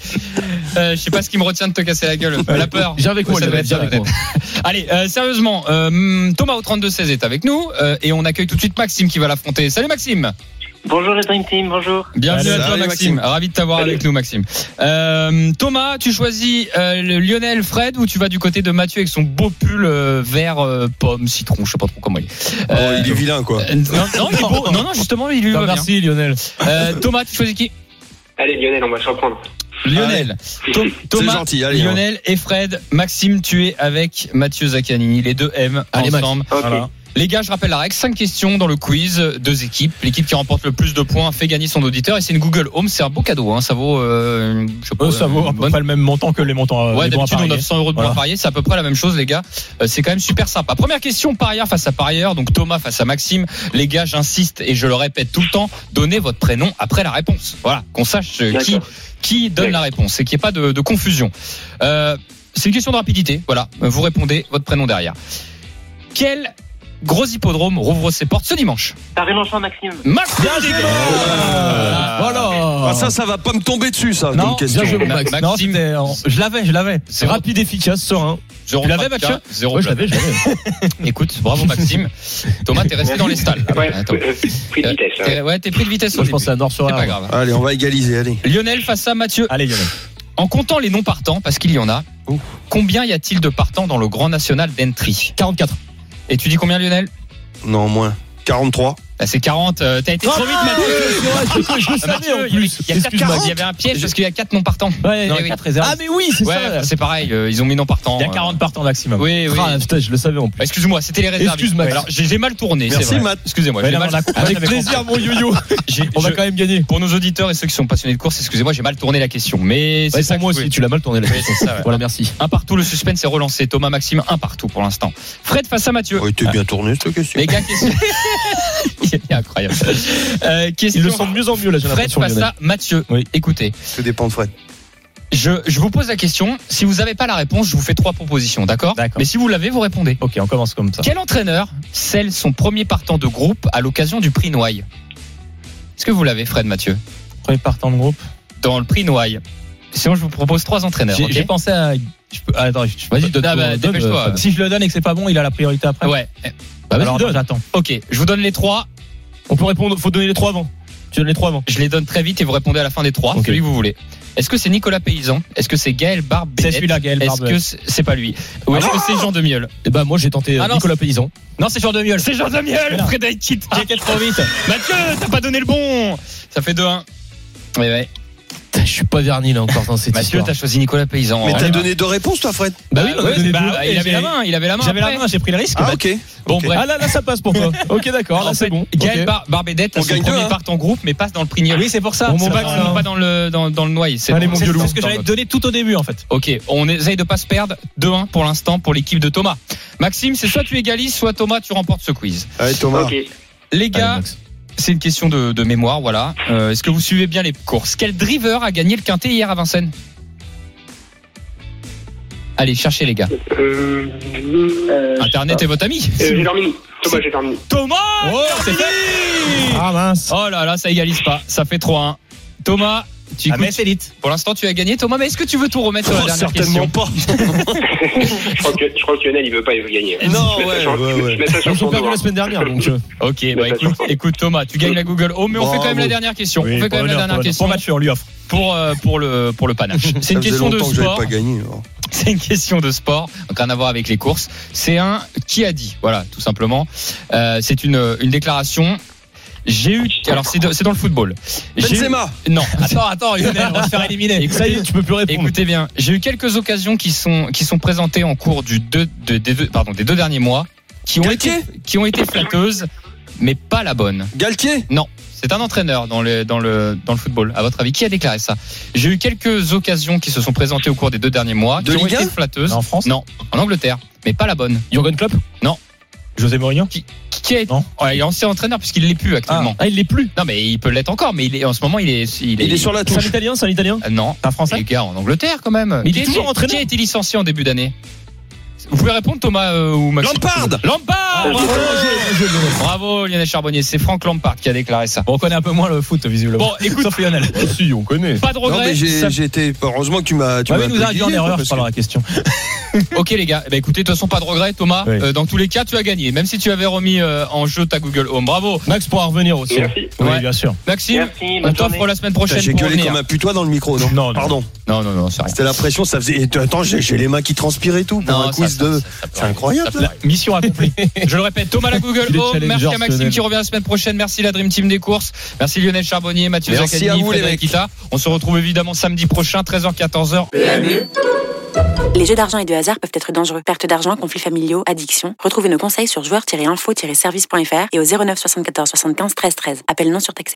Euh, je sais pas ce qui me retient de te casser la gueule. La peur. Viens avec moi, Ça doit Lionel, être viens ça, avec ouais. moi. Allez, euh, sérieusement, euh, Thomas au trente-deux seize est avec nous euh, et on accueille tout de suite Maxime qui va l'affronter. Salut Maxime. Bonjour les Dream Team, bonjour. Bienvenue Salut, à toi Maxime. Maxime. Ravi de t'avoir Salut. avec nous Maxime. Euh, Thomas, tu choisis euh, le Lionel, Fred ou tu vas du côté de Mathieu avec son beau pull euh, vert euh, pomme citron, je sais pas trop comment il est. Oh, Euh, il est vilain, quoi. euh, non, non, il est beau. non, non, justement, il lui Bah, va bien. merci, Lionel. Euh, Thomas, tu choisis qui? Allez Lionel, on va se reprendre. Lionel. Tom- Thomas, gentil, allez, Lionel et Fred. Maxime, tu es avec Mathieu Zaccani. Les deux M Allez, Max. ensemble. Ok. Voilà. Les gars, je rappelle la règle. cinq questions dans le quiz. Deux équipes. L'équipe qui remporte le plus de points fait gagner son auditeur. Et c'est une Google Home. C'est un beau cadeau. Hein. Ça vaut, euh, je sais pas, Euh, ça vaut à une peu bonne- près le même montant que les montants. euh, Ouais, les bons à d'habitude, on parier. offre cent euros de Voilà. points parier. C'est à peu près la même chose, les gars. Euh, c'est quand même super sympa. Première question, parieur face à parieur. Donc, Thomas face à Maxime. Les gars, j'insiste et je le répète tout le temps. Donnez votre prénom après la réponse. Voilà. Qu'on sache euh, qui, D'accord. qui donne la réponse et qu'il n'y ait pas de, de confusion. Euh, c'est une question de rapidité. Voilà. Vous répondez votre prénom derrière. Quel gros hippodrome rouvre ses portes ce dimanche? Paris-Longchamp, Maxime. Maxime Desgrands. Voilà. Ah, ça, ça va pas me tomber dessus, ça, Non, comme question. bien joué, Ma- Max. Maxime. Non, c'était- euh, je l'avais, je l'avais. Zéro- Rapide, efficace, serein. zéro Tu l'avais, point Mathieu? quatre, zéro Ouais, je plat. l'avais, je l'avais. Écoute, bravo Maxime. Thomas, t'es resté dans les stalles. là. Ouais, Attends. euh, pris de vitesse. Euh, ouais. t'es- Ouais, t'es pris de vitesse. au Moi, je début. pensais à Nord sur C'est pas Air. grave. Allez, on va égaliser, allez. Lionel face à Mathieu. Allez, Lionel. En comptant les non partants, parce qu'il y en a, Ouf. combien y a-t-il de partants dans le Grand National d'Entry? quarante-quatre. Et tu dis combien, Lionel? Non, moins. quarante-trois. Là, c'est quarante. euh, T'as été trop vite, Mathieu. Je le savais Mathieu, en il y avait- plus. il y a quatre- Excuse-moi. il y avait un piège parce qu'il y a quatre non partants. Ouais, Non, oui. quatre réserves. Ah, mais oui, c'est Ouais, ça. c'est pareil. euh, Ils ont mis non partants. Il y a quarante partants maximum. Oui, oui. Ah, putain, je le savais en plus. Excuse-moi, c'était les réserves. Excuse, Max. Alors, j'ai j'ai mal tourné. Merci, c'est vrai. Matt. Excusez-moi. Ouais, j'ai là, mal- on a compris. Avec J'avais plaisir, mon yo-yo. j'ai- On va je- quand même gagner. Pour nos auditeurs et ceux qui sont passionnés de course, excusez-moi, j'ai mal tourné la question. Mais c'est Ouais, ça pour que moi je aussi, voulais. tu l'as mal tourné la Oui, question. c'est ça, ouais. Voilà, merci. Un partout, le suspense est relancé. Thomas, Maxime, un partout pour l'instant. Fred face à Mathieu. Oh, il était bien tourné, cette question. Les gars, question. Il est incroyable. Euh, question. Ils le sentent de mieux en mieux, là, j'ai Fred l'impression, face Lionel. à Mathieu. Oui. Écoutez, Tout dépend de Fred. je, je vous pose la question. Si vous n'avez pas la réponse, je vous fais trois propositions, d'accord? D'accord. Mais si vous l'avez, vous répondez. Ok, on commence comme ça. Quel entraîneur scelle son premier partant de groupe à l'occasion du prix Noailles? Est-ce que vous l'avez, Fred, Mathieu? Premier partant de groupe. Dans le prix Noailles. Sinon, je vous propose trois entraîneurs. J'ai ok j'ai pensé à. je peux- ah, attends, je- Vas-y, donne Ah, bah, donne, dépêche-toi. euh, Si je le donne et que c'est pas bon, il a la priorité après. Ouais. Bah, vas-y, Alors donne. j'attends. Ok, je vous donne les trois. On peut répondre, faut donner les trois avant. Tu donnes les trois avant. Je les donne très vite et vous répondez à la fin des trois, Ok. celui que vous voulez. Est-ce que c'est Nicolas Paysan? Est-ce que c'est Gaël Barbet? C'est celui-là, Gaël Est-ce Barbet. que c'est, c'est pas lui? Ou est-ce que c'est Jean Demieul? Eh ben, moi, j'ai tenté Ah non, Nicolas Paysan. Non, c'est Jean Demieul. C'est Jean Demieul, Frédéric Kita. J'ai été trop vite. Mathieu, t'as pas donné le bon. Ça fait deux un. Ouais, ouais. Putain, je suis pas verni là encore dans cette Mathieu, histoire. t'as choisi Nicolas Paysan. Mais Ouais, t'as bah. donné deux réponses, toi, Fred? Bah oui, Bah on a ouais, donné bah, deux. bah, il avait la main, il avait la main. J'avais la après. main, j'ai pris le risque. Ah, ok. Bon, Ok. bref. Ah là, là, ça passe pour toi. Ok, d'accord, là, En c'est fait, bon. Gaël Ok. Bar- Barbedette a On son gagne deux, premier hein. part en groupe, mais passe dans le prix. Oui, c'est pour ça. On C'est pas, pas grave. pas dans le dans, dans le noyau. C'est Allez, bon. mon C'est vieux loup. c'est ce que j'allais te donner tout au début, en fait. Ok, on essaye de pas se perdre. deux un pour l'instant pour l'équipe de Thomas. Maxime, c'est soit tu égalises, soit Thomas, tu remportes ce quiz. Allez, Thomas. Ok. Les Allez, gars, Max. c'est une question de, de mémoire, voilà. Euh, est-ce que vous suivez bien les courses? Quel driver a gagné le quintet hier à Vincennes? Allez, cherchez les gars. Euh, euh, Internet est votre ami. euh, j'ai terminé. Thomas, j'ai terminé. Thomas, Oh, c'est fait. Ah mince. Oh là là, ça égalise pas. Ça fait trois un. Thomas, tu Ah, écoutes. mais c'est élite. Pour l'instant, tu as gagné, Thomas. Mais est-ce que tu veux tout remettre sur la Oh, dernière certainement question? pas. je, crois que, je crois que Lionel, il veut pas, il veut gagner. Non, Je mets ça ouais, sur- ouais, je ouais. mets ça sur Ils son ont perdu dos, la hein. semaine dernière, donc. euh, Ok, bah écoute, écoute Thomas, tu gagnes la Google Home, mais on fait quand même la dernière question. on fait quand même la dernière question Pour Mathieu, on lui offre. pour euh, pour le pour le panache. C'est Ça une faisait question de longtemps que j'avais sport. pas gagné. alors. C'est une question de sport, donc rien à voir avec les courses. C'est un qui a dit, voilà, tout simplement. Euh, c'est une une déclaration. J'ai eu, alors c'est de- c'est dans le football. J'ai eu- Benzema. non, Attends, attends, Lionel, on va se faire éliminer. Écoutez, Ça y est, tu peux plus répondre. Écoutez bien, j'ai eu quelques occasions qui sont qui sont présentées en cours du deux, de- des deux pardon des deux derniers mois qui ont été Galtier qui ont été flatteuses, mais pas la bonne. Galtier. Non, c'est un entraîneur dans le dans le dans le football. À votre avis, qui a déclaré ça? J'ai eu quelques occasions qui se sont présentées au cours des deux derniers mois De qui ont Ligue un été flatteuses. En France? Non, en Angleterre, mais pas la bonne. Jürgen Klopp. José Mourinho? Qui, qui a été Non. Ouais, il est ancien entraîneur puisqu'il l'est plus actuellement. Ah, il l'est plus. Non, mais il peut l'être encore, mais il est en ce moment il est il est, Il est sur la C'est un touche. italien, c'est un italien. Euh, non. C'est un Français? Les gars, en Angleterre quand même. Mais il Qui est a toujours été- entraîneur. Qui a été licencié en début d'année? Vous pouvez répondre, Thomas euh, ou Maxime? Lampard. Lampard. Bravo, bravo Lionel Charbonnier. C'est Franck Lampard qui a déclaré ça. On connaît un peu moins le foot, visiblement. Bon, écoute, Sauf Lionel. Si, on connaît. pas de Non, regret. mais j'ai Ça- j'ai été. Heureusement que tu m'as. Tu Bah m'as oui, un nous peu a dit en guidé, erreur parce sur que- la question. Ok les gars, eh ben, écoutez, de toute façon pas de regret, Thomas. Oui. Euh, dans tous les cas, tu as gagné, même si tu avais remis euh, en jeu ta Google Home. Bravo, Max pourra revenir aussi. Merci. Oui, Ouais. bien sûr. Maxime. Merci, On bonne t'offre journée. la semaine Putain, prochaine J'ai pour gueulé revenir. comme un putois dans le micro, non? Non, non. Pardon. Non, non, non, c'est rien. C'était la pression, ça faisait. et Attends, j'ai j'ai les mains qui transpiraient et tout pour Non, un quiz ça- de. ça- ça- C'est incroyable. ça- ça. Mission accomplie. Je le répète, Thomas la Google Les Home. challengers, Merci à Maxime Lionel. qui revient la semaine prochaine. Merci la Dream Team des courses. Merci Lionel Charbonnier, Mathieu Merci Zaccani, à vous, les Frédéric mecs. Kita. On se retrouve évidemment samedi prochain, treize heures quatorze heures. Les jeux d'argent et de hasard peuvent être dangereux. Perte d'argent, conflits familiaux, addiction. Retrouvez nos conseils sur joueurs tiret info tiret service point f r et au zéro neuf soixante-quatorze soixante-quinze treize treize. Appel non surtaxé.